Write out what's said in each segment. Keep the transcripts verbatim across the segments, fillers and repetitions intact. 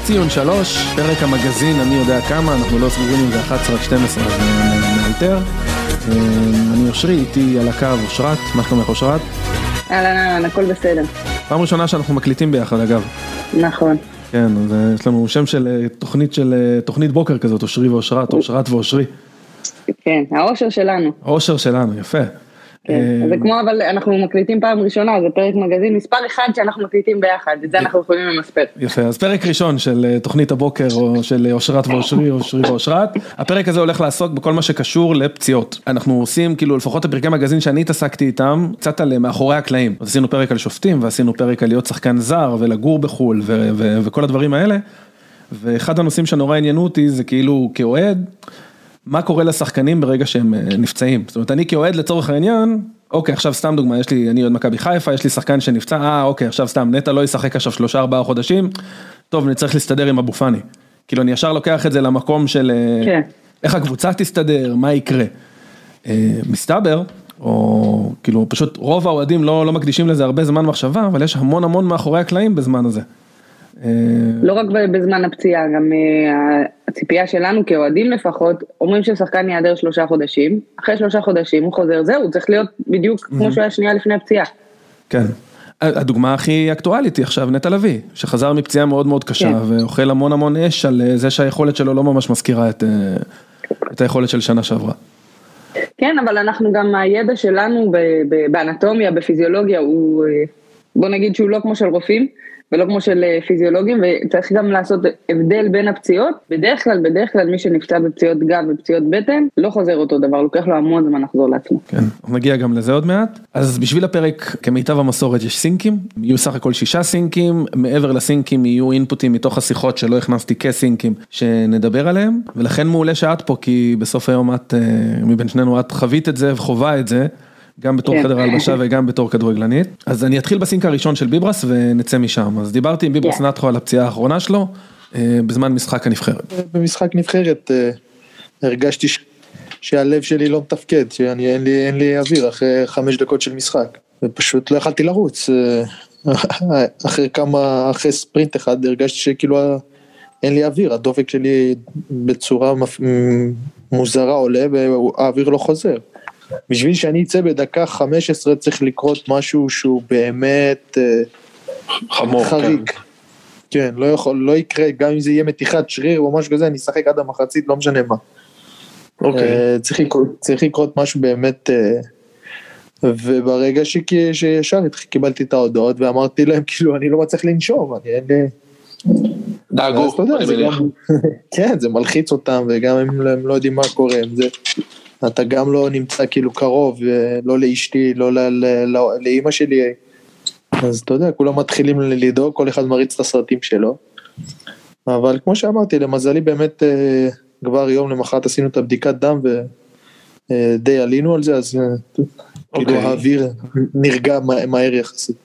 ציון שלוש, פרק המגזין, אני יודע כמה, אנחנו לא סגורים אם זה אחת עשרה עד שתים עשרה, אז מאלתר. אני אושרי, איתי על הקו אושרת, מה שלומך אושרת? אהלן, הכל בסדר. פעם ראשונה שאנחנו מקליטים ביחד אגב. נכון. כן, אז יש לנו שם של תוכנית של תוכנית בוקר כזאת, אושרי ואושרת, אושרת ואושרי. כן, האושר שלנו. האושר שלנו, יפה. כן, זה כמו, אבל אנחנו מקליטים פעם ראשונה, זה פרק מגזין מספר אחד שאנחנו מקליטים ביחד, את זה אנחנו יכולים למספר. יפה, אז פרק ראשון של תוכנית הבוקר, או של אושרת ואושרי, אושרי ואושרת, הפרק הזה הולך לעסוק בכל מה שקשור לפציעות. אנחנו עושים, כאילו, לפחות הפרקי מגזין שאני התעסקתי איתם, קצת על מאחורי הקלעים. אז עשינו פרק על שופטים, ועשינו פרק על להיות שחקן זר, ולגור בחול, ו- ו- וכל הדברים האלה. ואחד הנושאים שנורא עניינו אותי, זה כאילו, כאוהד, מה קורה לשחקנים ברגע שהם נפצעים? זאת אומרת, אני כאוהד לצורך העניין, אוקיי, עכשיו סתם דוגמה, יש לי, אני עוד מכבי חיפה, יש לי שחקן שנפצע, אה, אוקיי, עכשיו סתם, נטע לא ישחק עכשיו שלושה, ארבעה חודשים, טוב, אני צריך להסתדר עם אבו פאני. כאילו, אני ישר לוקח את זה למקום של, כן. איך הקבוצה תסתדר, מה יקרה. מסתבר, או כאילו, פשוט רוב האוהדים לא, לא מקדישים לזה הרבה זמן מחשבה, אבל יש המון המון מאחורי הקלעים בזמן הזה. לא רק בזמן הפציעה, גם הציפייה שלנו כאוהדים לפחות, אומרים ששחקן יעדר שלושה חודשים, אחרי שלושה חודשים הוא חוזר, זהו, הוא צריך להיות בדיוק כמו שהוא היה שנייה לפני הפציעה. כן, הדוגמה הכי אקטואלית היא עכשיו נטע לביא, שחזר מפציעה מאוד מאוד קשה, ואוכל המון המון אש על זה שהיכולת שלו לא ממש מזכירה את היכולת של שנה שעברה. כן, אבל אנחנו גם, הידע שלנו באנטומיה, בפיזיולוגיה, הוא, בוא נגיד שהוא לא כמו של רופאים, ולא כמו של פיזיולוגים, וצריך גם לעשות הבדל בין הפציעות, בדרך כלל, בדרך כלל מי שנפצע בפציעות גב ופציעות בטן, לא חוזר אותו דבר, לוקח לו המון זמן לחזור לעצמו. כן, נגיע גם לזה עוד מעט. אז בשביל הפרק, כמיטב המסורת, יש סינקים, יהיו סך הכל שישה סינקים, מעבר לסינקים יהיו אינפוטים מתוך השיחות שלא הכנסתי כסינקים, שנדבר עליהם, ולכן מעולה שאת פה, כי בסוף היום את, מבין שנינו, את חווית את זה וחובה את זה, גם בתור חדר הלבשה וגם בתור כדורגלנית. אז אני אתחיל בסינק הראשון של ביברס ונצא משם. אז דיברתי עם ביברס נטחו על הפציעה האחרונה שלו, בזמן משחק הנבחרת. במשחק נבחרת הרגשתי שהלב שלי לא מתפקד, שאין לי, אין לי אוויר אחרי חמש דקות של משחק. ופשוט לא יכלתי לרוץ. אחרי כמה, אחרי ספרינט אחד הרגשתי שכאילו אין לי אוויר, הדופק שלי בצורה מוזרה עולה והאוויר לא חוזר. בשביל שאני אצא בדקה חמש עשרה צריך לקרות משהו שהוא באמת חמור, חריג. כן. כן, לא יכול, לא יקרה, גם אם זה יהיה מתיחת שריר או משהו כזה, אני אשחק עד המחצית, לא משנה מה. אוקיי. צריך לקרות, צריך לקרות משהו באמת, וברגע שישר קיבלתי את ההודעות ואמרתי להם, כאילו, אני לא מצליח לנשום, אני אין לי... דאגו, אני מניח. כן, זה מלחיץ אותם, וגם הם לא יודעים מה קורה עם זה. אתה גם לא נמצא כאילו קרוב, לא לאשתי, לא לאמא שלי, אז אתה יודע, כולם מתחילים לדאוג, כל אחד מריץ את הסרטים שלו, אבל כמו שאמרתי, למזלי באמת, כבר יום למחרת עשינו את הבדיקת דם, ודי עלינו על זה, אז כאילו האוויר נרגע מהר יחסית.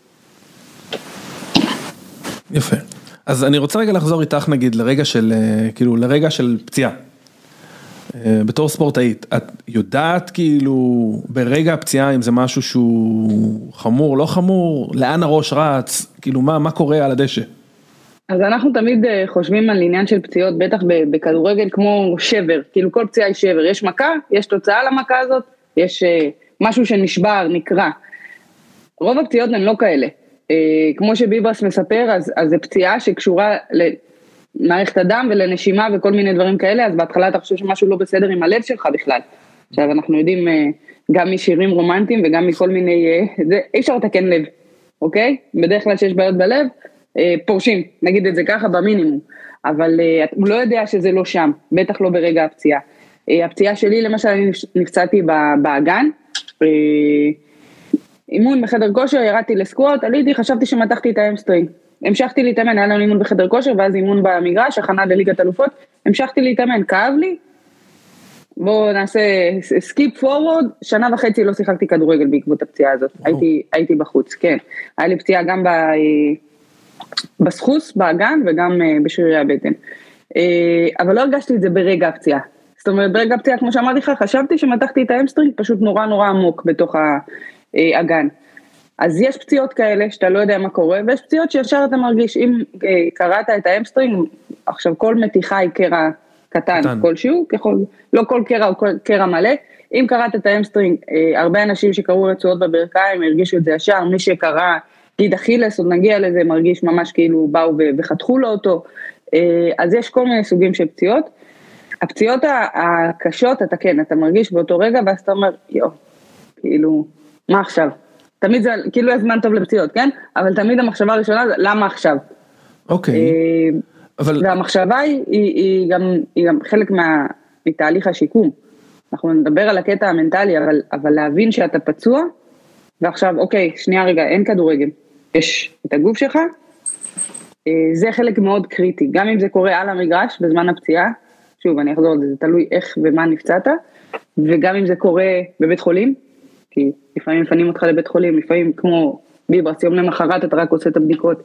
יפה. אז אני רוצה רגע לחזור איתך נגיד, לרגע של, כאילו, לרגע של פציעה. בתור ספורטאית, את יודעת כאילו ברגע הפציעה אם זה משהו שהוא חמור, לא חמור, לאן הראש רץ, כאילו מה, מה קורה על הדשא? אז אנחנו תמיד חושבים על עניין של פציעות, בטח בכדורגל כמו שבר, כאילו כל פציעה היא שבר, יש מכה, יש תוצאה למכה הזאת, יש משהו שנשבר, נקרא. רוב הפציעות הן לא כאלה. כמו שביברס מספר, אז, אז זה פציעה שקשורה ל... מערכת הדם ולנשימה וכל מיני דברים כאלה, אז בהתחלה אתה חושב שמשהו לא בסדר עם הלב שלך בכלל. עכשיו אנחנו יודעים גם משירים רומנטיים וגם מכל מיני, זה, אי אפשר לתקן לב, אוקיי? בדרך כלל שיש בעיות בלב, פורשים, נגיד את זה ככה במינימום, אבל הוא לא יודע שזה לא שם, בטח לא ברגע הפציעה. הפציעה שלי למשל אני נפצעתי באגן, אימון בחדר כושר, ירדתי לסקווט, עליתי, חשבתי שמתחתי את האמסטרינג. המשכתי להתאמן, היה לנו אימון בחדר כושר, ואז אימון במגרש, הכנה לליגת אלופות, המשכתי להתאמן, כאב לי, בואו נעשה סקיפ פורוורד, שנה וחצי לא שיחקתי כדורגל בעקבות הפציעה הזאת, הייתי, הייתי בחוץ, כן, היה לי פציעה גם ב, בסחוס, באגן, וגם בשרירי הבטן, אבל לא הרגשתי את זה ברגע הפציעה, זאת אומרת, ברגע הפציעה, כמו שאמרתי לך, חשבתי שמתחתי את האמסטרינג, פשוט נורא נורא עמוק בתוך האגן, אז יש פציעות כאלה שאתה לא יודע מה קורה, ויש פציעות שישר אתה מרגיש, אם קראת את האמסטרינג, עכשיו כל מתיחה היא קרע קטן, קטן. כלשהו, ככל, לא כל קרע או כל קרע מלא, אם קראת את האמסטרינג, הרבה אנשים שקראו רצועות בברכיים, הרגישו את זה ישר, מי שקרא גיד אכילס, עוד נגיע לזה, מרגיש ממש כאילו באו וחתכו לו אותו, אז יש כל מיני סוגים של פציעות, הפציעות הקשות, אתה כן, אתה מרגיש באותו רגע, ואז אתה אומר, יו, כאילו, מה עכשיו? תמיד זה, כאילו יש זמן טוב לפציעות, כן? אבל תמיד המחשבה הראשונה זה, למה עכשיו? אוקיי. אבל... והמחשבה היא, היא, היא, גם, היא גם חלק מה, מתהליך השיקום. אנחנו נדבר על הקטע המנטלי, אבל, אבל להבין שאתה פצוע, ועכשיו, אוקיי, שנייה רגע, אין כדורגל. יש את הגוף שלך, זה חלק מאוד קריטי. גם אם זה קורה על המגרש, בזמן הפציעה, שוב, אני אחזור, זה תלוי איך ומה נפצעת, וגם אם זה קורה בבית חולים, כי לפעמים מפנים אותך לבית חולים, לפעמים כמו ביברס, יום למחרת אתה רק עושה את הבדיקות,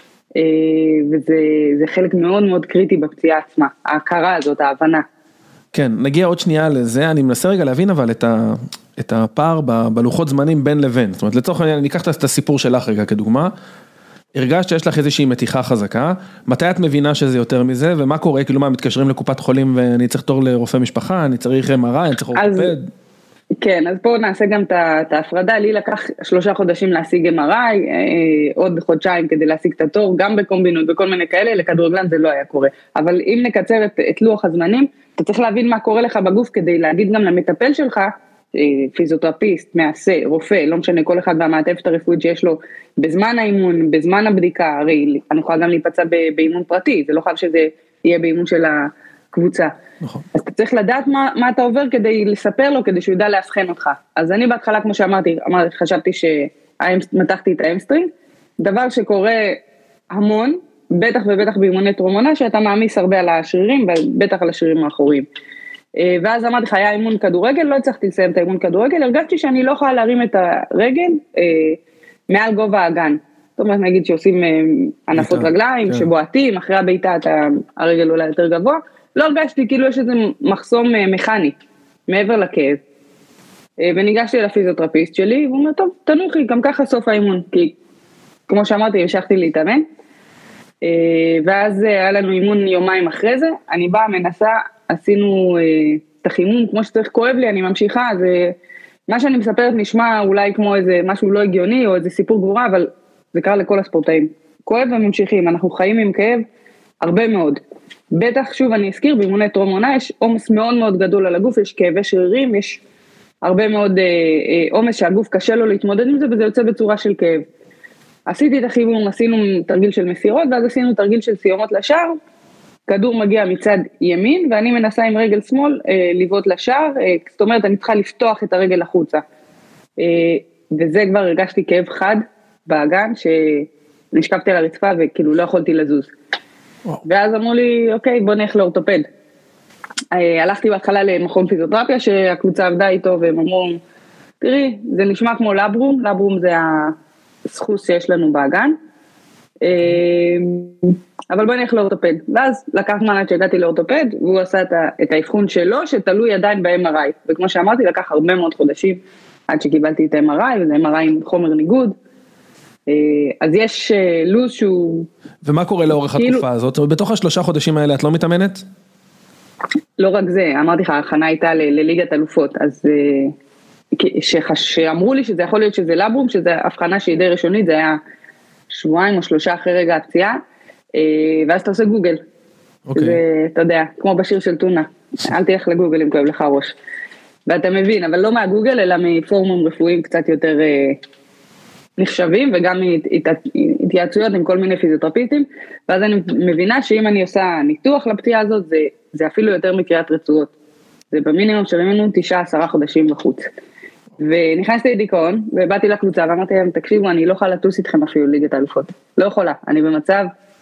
וזה חלק מאוד מאוד קריטי בפציעה עצמה, ההכרה הזאת, ההבנה. כן, נגיע עוד שנייה לזה, אני מנסה רגע להבין אבל את, ה, את הפער ב, בלוחות זמנים בין לבין, זאת אומרת לצורך העניין, אני אקח את הסיפור שלך רגע כדוגמה, הרגשת שיש לך איזושהי מתיחה חזקה, מתי את מבינה שזה יותר מזה, ומה קורה, כאילו מה, מתקשרים לקופת חולים ואני צריך תור לרופא משפחה, אני צריך אם אר איי, אני צריך אורתופד? כן, אז פה נעשה גם את ההפרדה, לי לקח שלושה חודשים להשיג אם אר איי, עוד חודשיים כדי להשיג את התור, גם בקומבינות וכל מיני כאלה, לכדורגלן זה לא היה קורה, אבל אם נקצר את, את לוח הזמנים, אתה צריך להבין מה קורה לך בגוף, כדי להגיד גם למטפל שלך, פיזיותרפיסט, מעשה, רופא, לא משנה, כל אחד והמעטפת הרפואית שיש לו, בזמן האימון, בזמן הבדיקה, הרי אני יכולה גם להיפצע באימון פרטי, זה לא חייב שזה יהיה באימון של הקבוצה. נכון. אז אתה צריך לדעת מה, מה אתה עובר כדי לספר לו, כדי שהוא ידע להבחן אותך. אז אני בהתחלה, כמו שאמרתי, אמרתי, חשבתי שמתחתי את האמסטרינג, דבר שקורה המון, בטח ובטח באימוני טרומונה, שאתה מעמיס הרבה על השרירים, ובטח על השרירים האחוריים. ואז אמרתי לך, היה אימון כדורגל, לא הצלחתי לסיים את האימון כדורגל, הרגשתי שאני לא יכולה להרים את הרגל מעל גובה האגן. זאת אומרת, נגיד שעושים ענפות רגליים, שבועטים, אחרי הביתה הרגל אולי יותר גבוה, לא הרגשתי, כאילו יש איזה מחסום מכני, מעבר לכאב. וניגשתי לפיזיותרפיסט שלי, והוא אומר, טוב, תנוחי, גם ככה סוף האימון, כי כמו שאמרתי, המשכתי להתאמן, ואז היה לנו אימון יומיים אחרי זה, אני באה, מנסה, עשינו את החימום, כמו שצריך, כואב לי, אני ממשיכה, זה, מה שאני מספרת נשמע אולי כמו איזה משהו לא הגיוני, או איזה סיפור גבורה, אבל זה קרה לכל הספורטאים. כואב וממשיכים, אנחנו חיים עם כאב הרבה מאוד. בטח, שוב, אני אזכיר, באימוני טרום עונה יש עומס מאוד מאוד גדול על הגוף, יש כאבי שרירים, יש הרבה מאוד עומס שהגוף קשה לו להתמודד עם זה, וזה יוצא בצורה של כאב. עשיתי את החימום, עשינו תרגיל של מסירות, ואז עשינו תרגיל של סיומות לשער, כדור מגיע מצד ימין, ואני מנסה עם רגל שמאל אה, לבעוט לשער, אה, זאת אומרת, אני צריכה לפתוח את הרגל החוצה. אה, וזה כבר הרגשתי כאב חד באגן, שנשכבתי על הרצפה וכאילו לא יכולתי לזוז. וואו. ואז אמרו לי, אוקיי, בוא נלך לאורתופד. אה, הלכתי בהתחלה למכון פיזיותרפיה, שהקבוצה עבדה איתו, והם אמרו, תראי, זה נשמע כמו לברום, לברום זה הסחוס שיש לנו באגן, אבל בואי נלך לאורתופד, ואז לקח זמן עד שהגעתי לאורתופד, והוא עשה את האבחון שלו, שתלוי עדיין ב-אם אר איי, וכמו שאמרתי, לקח הרבה מאוד חודשים, עד שקיבלתי את ה-אם אר איי, וזה אם אר איי עם חומר ניגוד, אז יש לוז שהוא... ומה קורה לאורך התקופה הזאת? בתוך השלושה חודשים האלה את לא מתאמנת? לא רק זה, אמרתי לך, ההכנה הייתה לליגת אלופות, אז שאמרו לי שזה יכול להיות שזה לברום, שזה הבחנה שהיא די ראשונית, זה היה שבועיים או שלושה אחרי רגע הפציעה, ואז אתה עושה גוגל. Okay. זה, אתה יודע, כמו בשיר של טונה, אל תלך לגוגל אם כואב לך ראש. ואתה מבין, אבל לא מהגוגל, אלא מפורומים רפואיים קצת יותר נחשבים, וגם התייעצויות עם כל מיני פיזיותרפיסטים, ואז אני מבינה שאם אני עושה ניתוח לפציעה הזאת, זה, זה אפילו יותר מקריאת רצועות. זה במינימום שלנו תשעה עשרה חודשים בחוץ. ונכנסתי לדיכאון, ובאתי לקבוצה, ואמרתי להם, תקשיבו, אני לא יכולה לטוס איתכם אפילו ליגת האלופות. לא יכולה, אני במצב.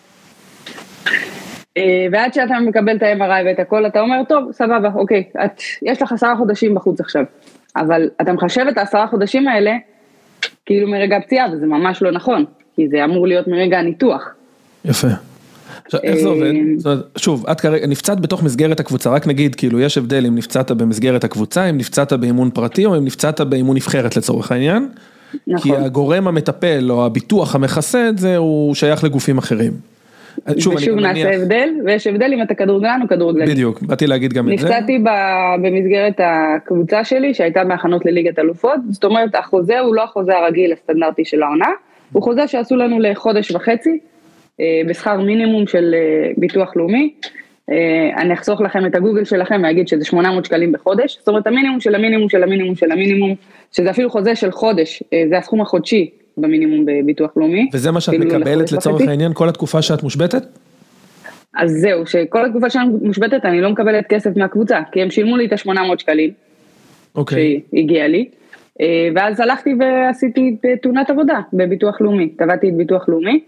ועד שאתה מקבל את ה-אם אר איי ואת הכל, אתה אומר, טוב, סבבה, אוקיי, את, יש לך עשרה חודשים בחוץ עכשיו. אבל אתה מחשב את העשרה חודשים האלה, כאילו מרגע הפציעה, וזה ממש לא נכון, כי זה אמור להיות מרגע הניתוח. יפה. עכשיו, איך זה עובד? שוב, את כרגע, נפצעת בתוך מסגרת הקבוצה, רק נגיד, כאילו, יש הבדל אם נפצעת במסגרת הקבוצה, אם נפצעת באימון פרטי, או אם נפצעת באימון נבחרת לצורך העניין. כי הגורם המטפל או הביטוח המכסה את זה, הוא שייך לגופים אחרים. ושוב נעשה הבדל, ויש הבדל אם אתה כדורגלן או כדורגלנית. בדיוק, באתי להגיד גם את זה. נפצעתי במסגרת הקבוצה שלי, שהייתה בהכנות לליגת אלופות, זאת אומרת, החוזה הוא לא החוזה הרגיל הסטנדרטי של העונה, הוא חוזה שעשו לנו לחודש וחצי, בשכר מינימום של ביטוח לאומי, אני אחסוך לכם את הגוגל שלכם, ואגיד שזה שמונה מאות שקלים בחודש, זאת אומרת, המינימום של המינימום של המינימום של המינימום, שזה אפילו חוזה של חודש, זה הסכום החודשי במינימום בביטוח לאומי. וזה מה שאת מקבלת לצורך העניין, כל התקופה שאת מושבתת? אז זהו, שכל התקופה שאני מושבתת, אני לא מקבלת כסף מהקבוצה, כי הם שילמו לי את ה-שמונה מאות שקלים, שהגיע לי, ואז הלכתי ועשיתי תאונת עבודה בביטוח לאומי, טבעתי את ביטוח לאומי,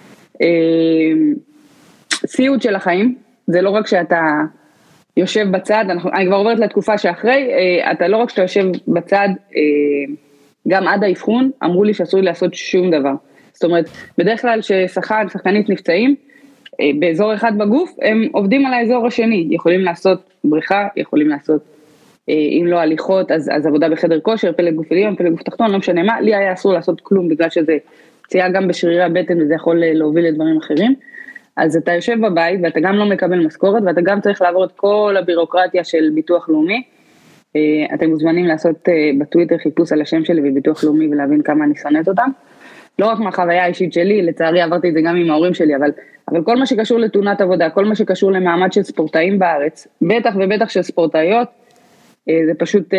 סיוט של החיים, זה לא רק שאתה יושב בצד, אני כבר עוברת לתקופה שאחרי, אתה לא רק שאתה יושב בצד, גם עד האבחון, אמרו לי שאסור לי לעשות שום דבר. זאת אומרת, בדרך כלל ששחקן, שחקנית נפצעים, באזור אחד בגוף, הם עובדים על האזור השני, יכולים לעשות בריכה, יכולים לעשות, אם לא הליכות, אז, אז עבודה בחדר כושר, פלג גוף עליון, פלג גוף תחתון, לא משנה מה, לי היה אסור לעשות כלום, בגלל שזה פציעה גם בשרירי הבטן, וזה יכול להוביל לדברים אחרים. אז אתה יושב בבית, ואתה גם לא מקבל משכורת, ואתה גם צריך לעבור את כל הבירוקרטיה של ביטוח לאומי. אתם מוזמנים לעשות בטוויטר חיפוש על השם שלי בביטוח לאומי, ולהבין כמה אני שונאת אותם. לא רק מהחוויה האישית שלי, לצערי עברתי את זה גם עם ההורים שלי, אבל, אבל כל מה שקשור לתאונת עבודה, כל מה שקשור למעמד של ספורטאים בארץ, בטח ובטח של ספורטאיות, זה פשוט,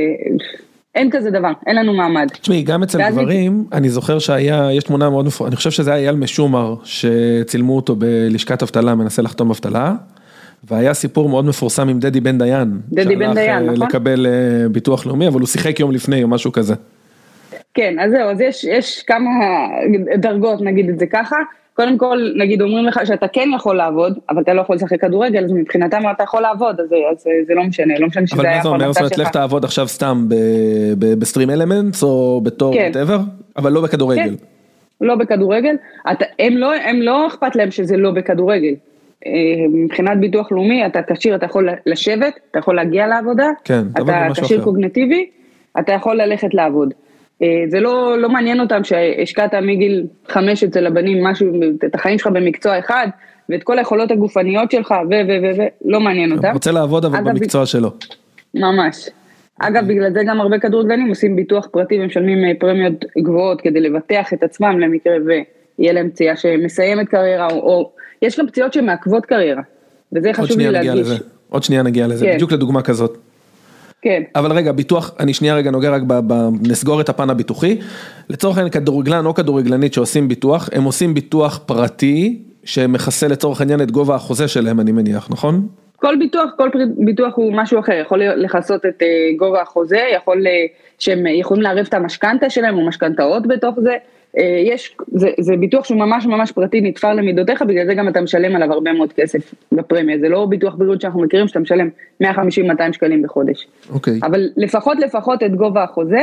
אין כזה דבר, אין לנו מעמד. תשמעי, גם אצל גברים, אני זוכר שהיה, יש תמונה מאוד מפורסמת, אני חושב שזה היה אייל משומר, שצילמו אותו בלשכת אבטלה, מנסה לחתום אבטלה, והיה סיפור מאוד מפורסם עם דדי בן דיין, דדי בן דיין, נכון? לקבל ביטוח לאומי, אבל הוא שיחק יום לפני או משהו כזה. כן, אז זהו, אז יש, יש כמה דרגות, נגיד את זה ככה, קודם כל, נגיד, אומרים לך שאתה כן יכול לעבוד, אבל אתה לא יכול לשחק כדורגל, אז מבחינתם אתה יכול לעבוד, אז, אז זה לא משנה, לא משנה שזה היה יכול אבל מה זה אומר, זאת אומרת, לך תעבוד עכשיו סתם בסטרים אלמנטס, או בתור whatever, אבל לא בכדורגל. כן, לא בכדורגל, אתה, הם לא, הם לא אכפת להם שזה לא בכדורגל, מבחינת ביטוח לאומי, אתה תשאיר, אתה יכול לשבת, אתה יכול להגיע לעבודה, כן, אתה תשאיר קוגניטיבי, אתה יכול ללכת לעבוד. זה לא, לא מעניין אותם שהשקעת מגיל חמש אצל הבנים משהו, את החיים שלך במקצוע אחד, ואת כל היכולות הגופניות שלך, ו, ו, ו, ו, לא מעניין אותם. רוצה לעבוד אבל במקצוע שלו. ממש. אגב, בגלל זה גם הרבה כדורגלנים עושים ביטוח פרטי, ומשלמים פרמיות גבוהות, כדי לבטח את עצמם למקרה, ויהיה להם פציעה שמסיימת קריירה, או, או יש גם פציעות שמעכבות קריירה, וזה חשוב לי להדגיש. עוד שנייה נגיע לזה, בדיוק לדוגמה כזאת. כן. אבל רגע, ביטוח, אני שנייה רגע נוגע רק נסגור את הפן הביטוחי, לצורך העניין כדורגלן או כדורגלנית שעושים ביטוח, הם עושים ביטוח פרטי, שמכסה לצורך העניין את גובה החוזה שלהם, אני מניח, נכון? כל ביטוח, כל ביטוח הוא משהו אחר, יכול לחסות את גובה החוזה, יכול שהם יכולים לערב את המשכנתה שלהם, או משכנתאות בתוך זה, יש, זה, זה ביטוח שהוא ממש ממש פרטי, נתפר למידותיך, בגלל זה גם אתה משלם עליו הרבה מאוד כסף בפרמיה, זה לא ביטוח בריאות שאנחנו מכירים, שאתה משלם מאה וחמישים עד מאתיים שקלים בחודש. אוקיי. אבל לפחות לפחות את גובה החוזה,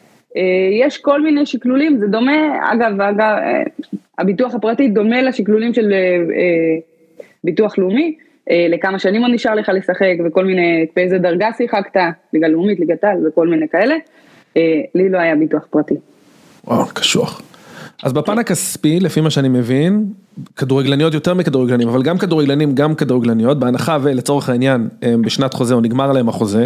יש כל מיני שקלולים, זה דומה, אגב, אגב, הביטוח הפרטי דומה לשקלולים של ביטוח לאומי, לכמה שנים עוד נשאר לך לשחק, וכל מיני, באיזה דרגה שיחקת, ליגה לאומית, ליגת העל, וכל מיני כאלה, לי לא היה ביטוח פרטי. וואו, קשוח. אז בפן הכספי, לפי מה שאני מבין, כדורגלניות יותר מכדורגלנים, אבל גם כדורגלנים, גם כדורגלניות, בהנחה ולצורך העניין, בשנת חוזה, או נגמר עליהם החוזה,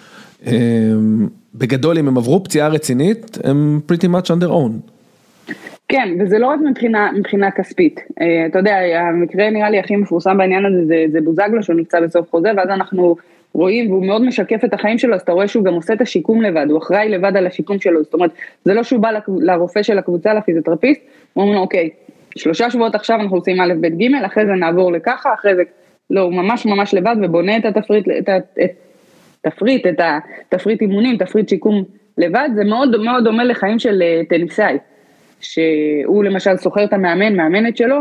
בגדול, אם הם עברו פציעה רצינית, הם pretty much on their own. כן, וזה לא רק מבחינה, מבחינה כספית. אתה יודע, המקרה נראה לי הכי מפורסם בעניין הזה, זה, זה בוזגלו, שהוא נפצע בסוף חוזה, ואז אנחנו רואים, והוא מאוד משקף את החיים שלו, אז אתה רואה שהוא גם עושה את השיקום לבד, הוא אחראי לבד על השיקום שלו, זאת אומרת, זה לא שהוא בא לרופא של הקבוצה, לפיזיותרפיסט, הוא אומר לו, אוקיי, שלושה שבועות עכשיו אנחנו עושים א' ב' ג', אחרי זה נעבור לככה, אחרי זה, לא, הוא ממש ממש לבד, ובונה את התפריט, את התפריט, את התפריט אימונים, תפריט שיקום לבד, זה מאוד מאוד דומה לחיים של טניסאי, שהוא למשל סוחר את המאמן, מאמנת שלו,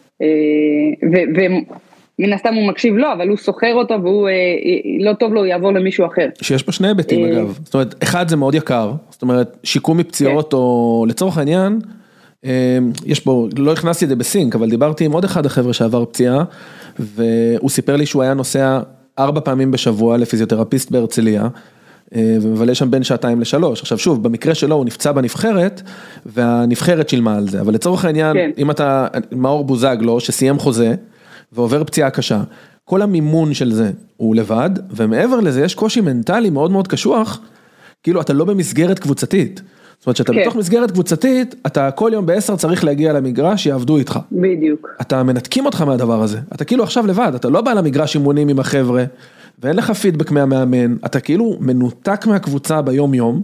ומן הסתם הוא מקשיב לו, אבל הוא סוחר אותו, והוא לא טוב לו, הוא יעבור למישהו אחר. שיש פה שני היבטים אגב, זאת אומרת, אחד זה מאוד יקר, זאת אומרת, שיקום מפציעות, או לצורך העניין, יש פה, לא הכנסתי את זה בסינק, אבל דיברתי עם עוד אחד החבר'ה שעבר פציעה, והוא סיפר לי שהוא היה נוסע ארבע פעמים בשבוע לפיזיותרפיסט בהרצליה, ומבלה שם בין שעתיים לשלוש. עכשיו שוב, במקרה שלו הוא נפצע בנבחרת, והנבחרת שילמה על זה, אבל לצורך העניין, כן. אם אתה, מאור בוזגלו, שסיים חוזה, ועובר פציעה קשה, כל המימון של זה הוא לבד, ומעבר לזה יש קושי מנטלי מאוד מאוד קשוח, כאילו אתה לא במסגרת קבוצתית, זאת אומרת שאתה כן. בתוך מסגרת קבוצתית, אתה כל יום בעשר צריך להגיע למגרש, יעבדו איתך. בדיוק. אתה מנתקים אותך מהדבר הזה, אתה כאילו עכשיו לבד, אתה לא בא למגרש אימונים עם החבר'ה, ואין לך פידבק מהמאמן, אתה כאילו מנותק מהקבוצה ביום יום,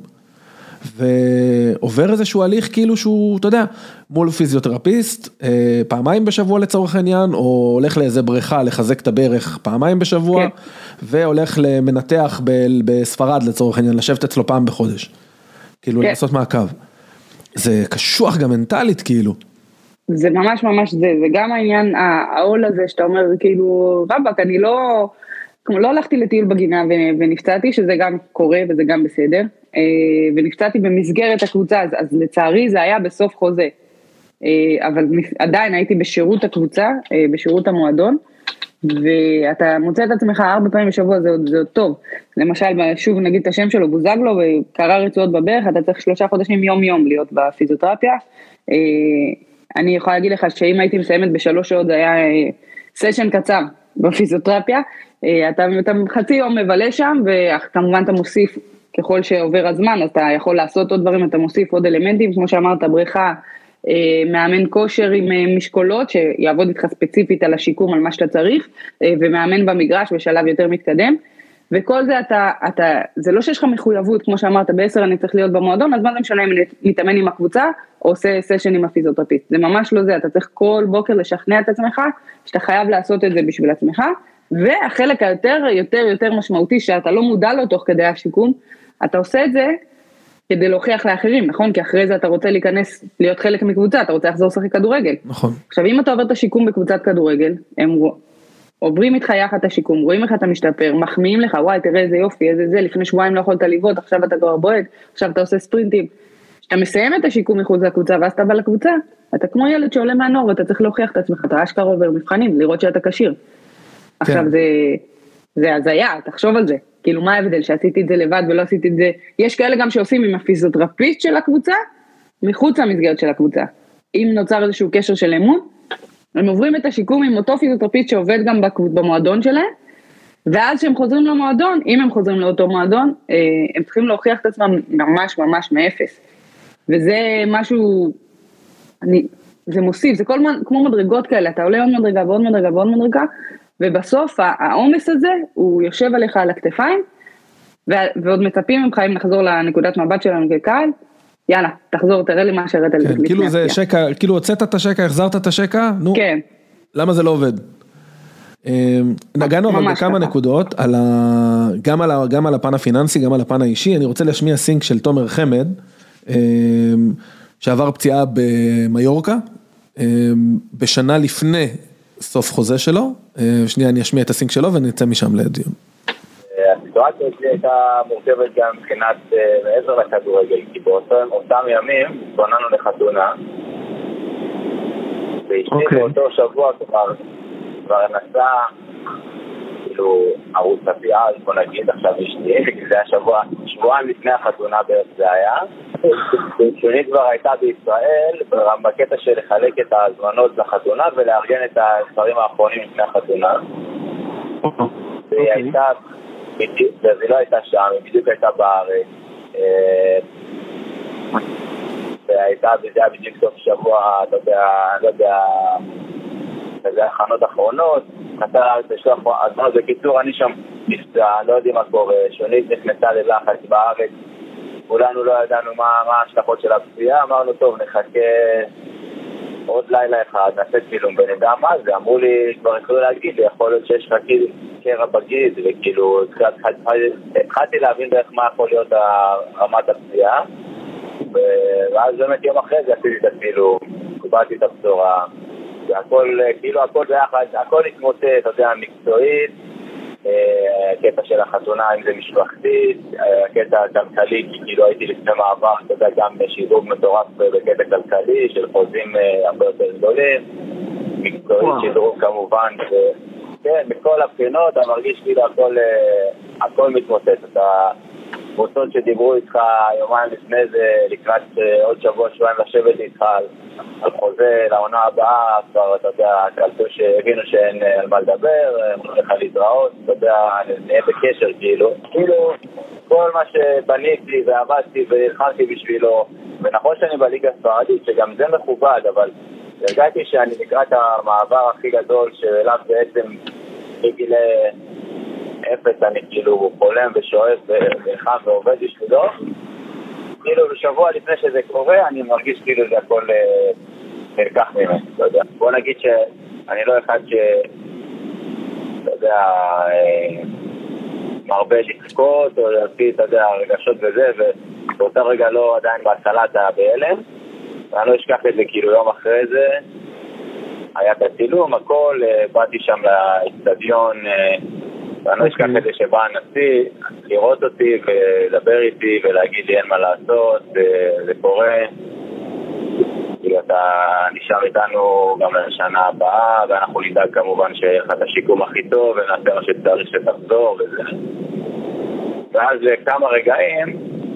ועובר איזשהו הליך כאילו שהוא, אתה יודע, מול פיזיותרפיסט, פעמיים בשבוע לצורך העניין, או הולך לאיזה בריכה לחזק את הברך פעמיים בשבוע, כן. והולך למנתח בספרד לצורך העניין, לשבת אצלו פעם בחודש. כאילו כן. לעשות מעקב. זה קשוח גם מנטלית כאילו. זה ממש ממש זה, זה גם העניין, העול הזה שאתה אומר כאילו, רבק, אני לא, כמו לא הלכתי לטיול בגינה ונפצעתי, שזה גם קורה וזה גם בסדר, ונפצעתי במסגרת הקבוצה, אז, אז לצערי זה היה בסוף חוזה, אבל עדיין הייתי בשירות הקבוצה, בשירות המועדון, ואתה מוצא את עצמך ארבע פעמים בשבוע, זה עוד, זה עוד טוב. למשל, שוב נגיד את השם שלו, בוזגלו, וקרה רצועות בברך, אתה צריך שלושה חודשים יום יום להיות בפיזיותרפיה. אני יכולה להגיד לך שאם הייתי מסיימת בשלוש שעות, זה היה סשן קצר בפיזיותרפיה, אתה, אתה חצי יום מבלה שם, וכמובן אתה מוסיף, ככל שעובר הזמן, אז אתה יכול לעשות עוד דברים, אתה מוסיף עוד אלמנטים, כמו שאמרת, בריכה, מאמן כושר עם משקולות, שיעבוד איתך ספציפית על השיקום, על מה שאתה צריך, ומאמן במגרש בשלב יותר מתקדם, וכל זה אתה, אתה, זה לא שיש לך מחויבות, כמו שאמרת, בעשר אני צריך להיות במועדון, אז מה זה משנה אם להתאמן עם הקבוצה, או עושה סשן עם הפיזיותרפיסט, זה ממש לא זה, אתה צריך כל בוקר לשכנע את עצמך, שאתה חייב לעשות את זה בשביל עצמך, והחלק היותר, יותר, יותר משמעותי, שאתה לא מודע לו תוך כדי השיקום, אתה עושה את זה, כדי להוכיח לאחרים, נכון? כי אחרי זה אתה רוצה להיכנס, להיות חלק מקבוצה, אתה רוצה לחזור לשחק כדורגל. נכון. עכשיו, אם אתה עובר את השיקום בקבוצת כדורגל, הם עוברים איתך יחד את השיקום, רואים איך אתה משתפר, מחמיאים לך, וואי, תראה איזה יופי, איזה זה, לפני שבועיים לא יכולת לבעוט, עכשיו אתה כבר בועט, עכשיו אתה עושה ספרינטים. כשאתה מסיים את השיקום מחוץ לקבוצה, ואז אתה בא לקבוצה, אתה כמו ילד שעולה מהנור, ואתה צריך להוכיח את עצמך, אתה אשכרה עובר מבחנים, לראות שאתה כשיר. עכשיו זה, זה הזיה, תחשוב על זה. כאילו מה ההבדל שעשיתי את זה לבד ולא עשיתי את זה, יש כאלה גם שעושים עם הפיזיותרפיסט של הקבוצה, מחוץ למסגרת של הקבוצה, אם נוצר איזשהו קשר של אמון, הם עוברים את השיקום עם אותו פיזיותרפיסט שעובד גם במועדון שלהם, ואז שהם חוזרים למועדון, אם הם חוזרים לאותו מועדון, הם צריכים להוכיח את עצמם ממש ממש מאפס, וזה משהו, אני, זה מוסיף, זה כל מה, כמו מדרגות כאלה, אתה עולה עוד מדרגה ועוד מדרגה ועוד מדרגה, ובסוף העומס הזה, הוא יושב עליך על הכתפיים, ועוד מצפים ממך אם נחזור לנקודת מבט שלנו כקהל, יאללה, תחזור, תראה לי מה שהראית לי. כן, כאילו זה שקע, כאילו הוצאת את השקע, החזרת את השקע, נו, כן. למה זה לא עובד? נגענו אבל בכמה נקודות, על ה... גם, על ה... גם על הפן הפיננסי, גם על הפן האישי, אני רוצה להשמיע סינק של תומר חמד, שעבר פציעה במיורקה, בשנה לפני סוף חוזה שלו, שנייה אני אשמיע את הסינק שלו ונצא משם לדיון. הסיטואציה שלי הייתה מורכבת גם מבחינת מעבר לכדורגל, כי באותם ימים התכוננו לחתונה, ואשתי באותו שבוע כבר נסע, כאילו ערוץ הפיאז, בוא נגיד עכשיו אשתי, כי זה היה שבוע, שבועיים לפני החתונה בערך זה היה, שונית כבר הייתה בישראל, בקטע של לחלק את ההזמנות לחתונה ולארגן את הספרים האחרונים לפני החתונה. והיא הייתה, והיא לא הייתה שם, היא בדיוק הייתה בארץ, והייתה, וזה היה בדיוק סוף שבוע, אתה יודע, אני לא יודע, זה הכנות אחרונות, אתה תשלח הזמנות, בקיצור אני שם נפצע, לא יודעים מה קורה, שונית נכנסה ללחץ בארץ, כולנו לא ידענו מה, מה ההשלכות של הפציעה, אמרנו טוב נחכה עוד לילה אחד, נעשה צילום ונדע מה זה, אמרו לי, כבר התחילו להגיד לי, יכול להיות שיש לך כאילו קרע בגיד, וכאילו התחלתי להבין בערך מה יכול להיות רמת הפציעה, ואז באמת יום אחרי זה עשיתי את הצילום, קובלתי את הבשורה, והכל, כאילו הכל ביחד, הכל התמוטט, אתה יודע, מקצועית, הקטע של החתונה, אם זה משפחתית, הקטע הכלכלי, כי כאילו הייתי לפני מעבר, אתה יודע, גם שידור מטורף בקטע כלכלי, של חוזים הרבה יותר גדולים, מקצועית שידור כמובן, כן, מכל הבחינות, אתה מרגיש כאילו הכל, הכל מתמוטט, אתה, קבוצות שדיברו איתך יומיים לפני זה, לקראת עוד שבוע, שבועיים לשבת איתך על, על חוזה לעונה הבאה, כבר אתה יודע, קלטו שהבינו שאין על מה לדבר, אמרו לך להתראות, אתה יודע, נהיה בקשר כאילו. כאילו, כל מה שבניתי ועבדתי והלחמתי בשבילו, ונכון שאני בליגה הספרדית, שגם זה מכובד, אבל הרגעתי שאני לקראת המעבר הכי גדול, שאליו בעצם בגיל אפס אני כאילו חולם ושואף וחם ועובד בשבילו. כאילו בשבוע לפני שזה קורה, אני מרגיש כאילו זה הכל נלקח ממנו, אתה יודע. בוא נגיד שאני לא אחד ש... אתה יודע... מרבה לצקות, או לפי, אתה יודע, הרגשות וזה, ובאותה רגע לא עדיין בהתחלה אתה בהלם, ואני לא אשכח את זה כאילו יום אחרי זה, היה את הצילום, הכל, באתי שם לאצטדיון, ואני לא אשכח את זה שבא הנשיא, לראות אותי ולדבר איתי ולהגיד לי אין מה לעשות, זה קורה, כאילו אתה נשאר איתנו גם לשנה הבאה, ואנחנו נדאג כמובן שיהיה לך את השיקום הכי טוב, ונעשה מה שצריך שתחזור וזה. ואז כמה רגעים,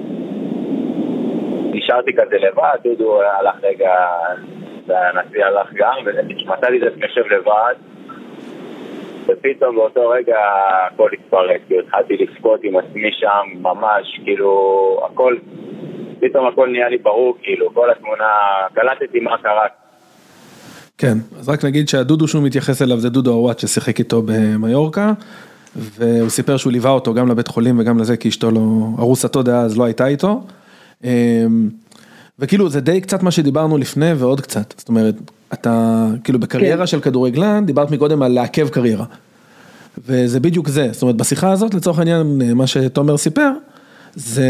נשארתי כזה לבד, דודו הלך רגע, והנשיא הלך גם, ומצאתי את זה נשב לבד, ופתאום באותו רגע הכל התפרק, כאילו התחלתי לבכות עם עצמי שם, ממש, כאילו, הכל, פתאום הכל נהיה לי ברור, כאילו, כל התמונה, קלטתי מה קרה. כן, אז רק נגיד שהדודו שהוא מתייחס אליו זה דודו ארואט ששיחק איתו במיורקה, והוא סיפר שהוא ליווה אותו גם לבית חולים וגם לזה, כי אשתו לא, ארוסתו דאז לא הייתה איתו, וכאילו זה די קצת מה שדיברנו לפני ועוד קצת, זאת אומרת, אתה כאילו בקריירה של כדורגלן, דיברת מקודם על לעכב קריירה, וזה בדיוק זה, זאת אומרת בשיחה הזאת לצורך העניין מה שתומר סיפר, זה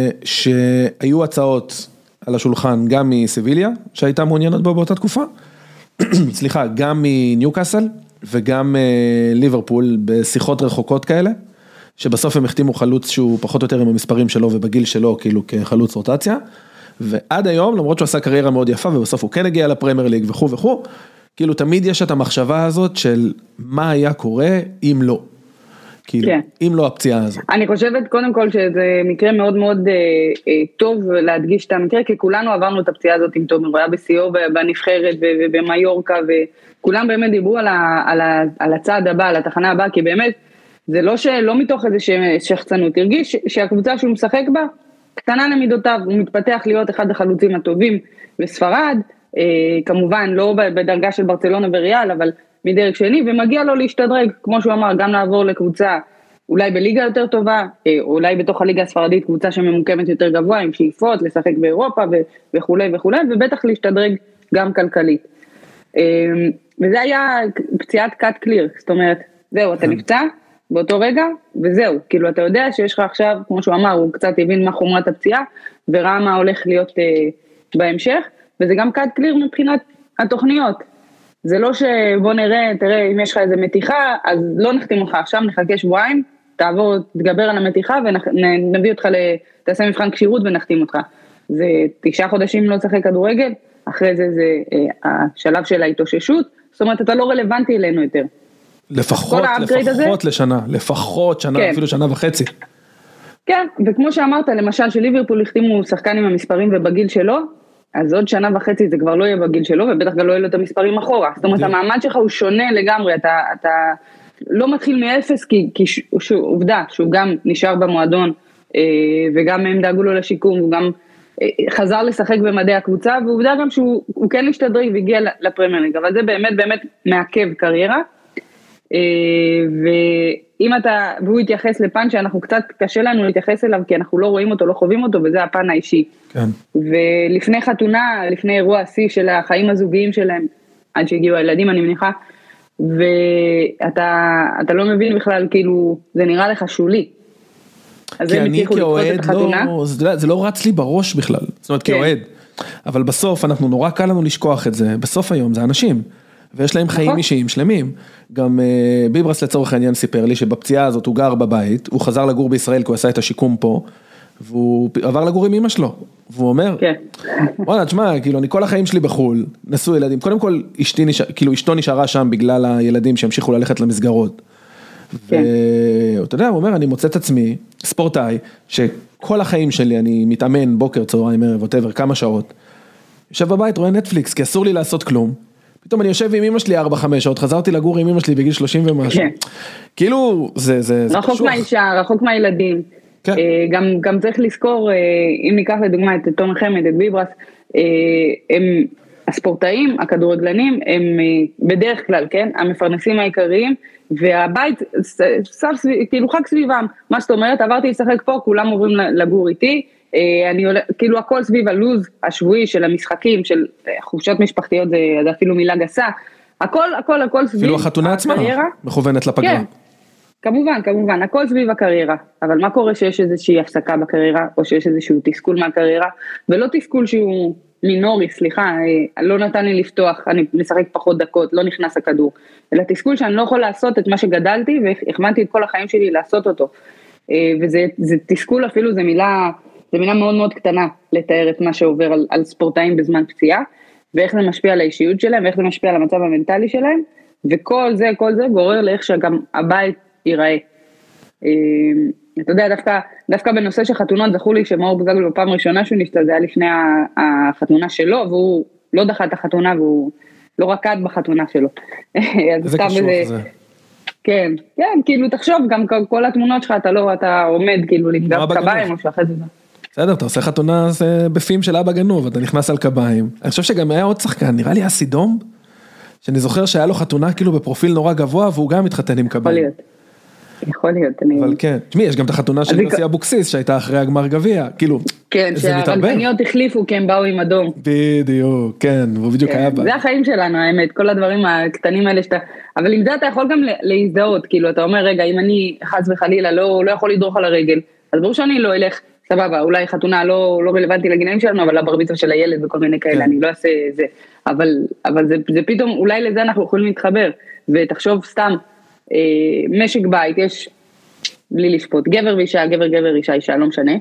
שהיו הצעות על השולחן גם מסיביליה, שהייתה מעוניינת בו באותה תקופה, סליחה, גם מניוקאסל וגם ליברפול בשיחות רחוקות כאלה, שבסוף הם החתימו חלוץ שהוא פחות או יותר עם המספרים שלו ובגיל שלו כאילו כחלוץ רוטציה, ועד היום למרות שהוא עשה קריירה מאוד יפה ובסוף הוא כן הגיע לפרמייר ליג וכו' וכו', כאילו תמיד יש את המחשבה הזאת של מה היה קורה אם לא. כאילו, כן. אם לא הפציעה הזאת. אני חושבת קודם כל שזה מקרה מאוד מאוד אה, אה, טוב להדגיש את המקרה, כי כולנו עברנו את הפציעה הזאת עם תומר, הוא היה בסיור בנבחרת ובמיורקה, וכולם באמת דיברו על, ה, על, ה, על הצעד הבא, על התחנה הבאה, כי באמת זה לא שלא מתוך איזה שחצנות, תרגיש שהקבוצה שהוא משחק בה, קטנה למידותיו, הוא מתפתח להיות אחד החלוצים הטובים בספרד, אה, כמובן לא בדרגה של ברצלונה וריאל, אבל מדרג שני, ומגיע לו להשתדרג, כמו שהוא אמר, גם לעבור לקבוצה, אולי בליגה יותר טובה, אולי בתוך הליגה הספרדית, קבוצה שממוקמת יותר גבוה, עם שאיפות, לשחק באירופה וכו' וכו', ובטח להשתדרג גם כלכלית. וזה היה פציעת קאט קליר, זאת אומרת, זהו, אתה נפצע באותו רגע, וזהו, כאילו אתה יודע שיש לך עכשיו, כמו שהוא אמר, הוא קצת הבין מה חומרת הפציעה, וראה מה הולך להיות בהמשך, וזה גם קאט קליר מבחינת התוכניות. זה לא שבוא נראה, תראה, אם יש לך איזה מתיחה, אז לא נחתים אותך עכשיו, נחכה שבועיים, תעבור, תגבר על המתיחה, ונביא אותך, תעשה מבחן קשירות ונחתים אותך. זה תשעה חודשים לא צחק כדורגל, אחרי זה זה השלב של ההתאוששות, זאת אומרת, אתה לא רלוונטי אלינו יותר. לפחות, לפחות לשנה, לפחות שנה, כן. אפילו שנה וחצי. כן, וכמו שאמרת, למשל, שליברפול החתימו שחקן עם המספרים ובגיל שלו, אז עוד שנה וחצי זה כבר לא יהיה בגיל שלו, ובטח גם לא יהיה לו את המספרים אחורה. זאת אומרת, המעמד שלך הוא שונה לגמרי, אתה, אתה לא מתחיל מאפס, כי, כי ש, ש, עובדה שהוא גם נשאר במועדון, וגם הם דאגו לו לשיקום, הוא גם חזר לשחק במדעי הקבוצה, ועובדה גם שהוא כן השתדרג והגיע לפרמייר ליג, אבל זה באמת באמת מעכב קריירה, ואם אתה, והוא התייחס לפן שאנחנו קצת קשה לנו להתייחס אליו, כי אנחנו לא רואים אותו, לא חווים אותו, וזה הפן האישי. כן. ולפני חתונה, לפני אירוע השיא של החיים הזוגיים שלהם, עד שהגיעו הילדים, אני מניחה, ואתה אתה לא מבין בכלל, כאילו, זה נראה לך שולי. כי אני כאוהד, לא, זה, זה לא רץ לי בראש בכלל, זאת אומרת, כן. כאוהד. אבל בסוף, אנחנו נורא קל לנו לשכוח את זה, בסוף היום זה אנשים. ויש להם חיים אישיים שלמים, גם ביברס לצורך העניין סיפר לי שבפציעה הזאת הוא גר בבית, הוא חזר לגור בישראל כי הוא עשה את השיקום פה, והוא עבר לגור עם אמא שלו, והוא אומר, וואלה, תשמע, כאילו אני כל החיים שלי בחול, נשאו ילדים, קודם כל אשתי נשאר, כאילו אשתו נשארה שם בגלל הילדים שהמשיכו ללכת למסגרות, ואתה יודע, הוא אומר, אני מוצא את עצמי, ספורטאי, כל החיים שלי, אני מתאמן בוקר, צהריים, ערב, whatever, כמה שעות. יושב בבית, רואה נטפליקס, כי אסור לי לעשות כלום. פתאום אני יושב עם אמא שלי ארבע חמש שעות, חזרתי לגור עם אמא שלי בגיל שלושים ומשהו. כן. כאילו, זה, זה, זה רחוק מהאישה, רחוק מהילדים. כן. גם, גם צריך לזכור, אם ניקח לדוגמה את תומר חמד, את ביברס, הם הספורטאים, הכדורגלנים, הם בדרך כלל, כן, המפרנסים העיקריים, והבית, כאילו חג סביבם, מה זאת אומרת, עברתי לשחק פה, כולם עוברים לגור איתי, אני עולה, כאילו הכל סביב הלוז השבועי של המשחקים, של חופשות משפחתיות, זה, זה אפילו מילה גסה, הכל, הכל, הכל סביב אפילו החתונה עצמה, מכוונת לפגרה. כן, כמובן, כמובן, הכל סביב הקריירה, אבל מה קורה שיש איזושהי הפסקה בקריירה, או שיש איזשהו תסכול מהקריירה, ולא תסכול שהוא מינורי, סליחה, לא נתן לי לפתוח, אני משחק פחות דקות, לא נכנס הכדור, אלא תסכול שאני לא יכול לעשות את מה שגדלתי, והחמנתי את כל החיים שלי לעשות אותו, וזה זה תסכול אפילו, זה מילה, זה מילה מאוד מאוד קטנה, לתאר את מה שעובר על, על ספורטאים בזמן פציעה, ואיך זה משפיע על האישיות שלהם, ואיך זה משפיע על המצב המנטלי שלהם, וכל זה, כל זה גורר לאיך שגם הבית ייראה. אתה יודע, דווקא, דווקא בנושא של חתונות, זכו לי שמאור בוזגלו בפעם הראשונה שהוא נשתה, זה היה לפני החתונה שלו, והוא לא דחה את החתונה, והוא לא רקד בחתונה שלו. זה קשור, זה. כן, כן, כאילו תחשוב, גם כל התמונות שלך, אתה לא, אתה עומד כאילו לפגב קביים, או שאחרי זה. בסדר, אתה עושה חתונה בפים של אבא גנוב, אתה נכנס על קביים. אני חושב שגם היה עוד שחקן, נראה לי אסידום, שאני זוכר שהיה לו חתונה כאילו בפרופיל נורא גבוה, והוא גם מתחתן עם קביים. יכול להיות. יכול להיות, אני... אבל כן, תשמעי, יש גם את החתונה של יוסי אבוקסיס, שהייתה אחרי הגמר גביע, כאילו, כן, שהרלבניות החליפו, כי הם באו עם אדום. בדיוק, כן, והוא בדיוק היה בה. זה החיים שלנו, האמת, כל הדברים הקטנים האלה שאתה... אבל עם זה אתה יכול גם להזדהות, כאילו, אתה אומר, רגע, אם אני חס וחלילה לא יכול לדרוך על הרגל, אז ברור שאני לא אלך, סבבה, אולי חתונה לא רלוונטי לגילאים שלנו, אבל לברביצה של הילד וכל מיני כאלה, אני לא אעשה זה. אבל זה פתאום, אולי לזה אנחנו יכולים להתחבר, ותחשוב סתם, משק בית, יש, בלי לשפוט, גבר ואישה, גבר גבר, אישה אישה, לא משנה,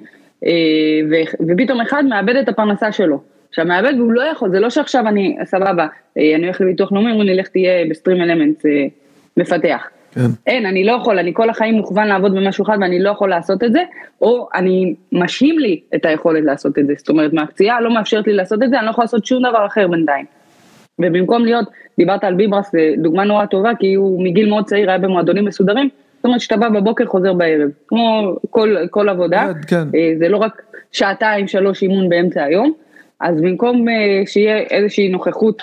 ופתאום אחד מאבד את הפרנסה שלו, עכשיו מאבד והוא לא יכול, זה לא שעכשיו אני, סבבה, אני הולך לביטוח לאומי, אני הולך תהיה בסטרים אלמנט מפתח, אין, אני לא יכול, אני כל החיים מוכוון לעבוד במשהו אחד, ואני לא יכול לעשות את זה, או אני משהים לי את היכולת לעשות את זה, זאת אומרת, מהפציעה לא מאפשרת לי לעשות את זה, אני לא יכול לעשות שום דבר אחר בינתיים, ובמקום להיות, דיברת על ביברס, דוגמה נורא טובה, כי הוא מגיל מאוד צעיר, היה במועדונים מסודרים, זאת אומרת שאתה בא בבוקר חוזר בערב, כמו כל, כל עבודה, כן. זה לא רק שעתיים, שלוש אימון באמצע היום, אז במקום שיהיה איזושהי נוכחות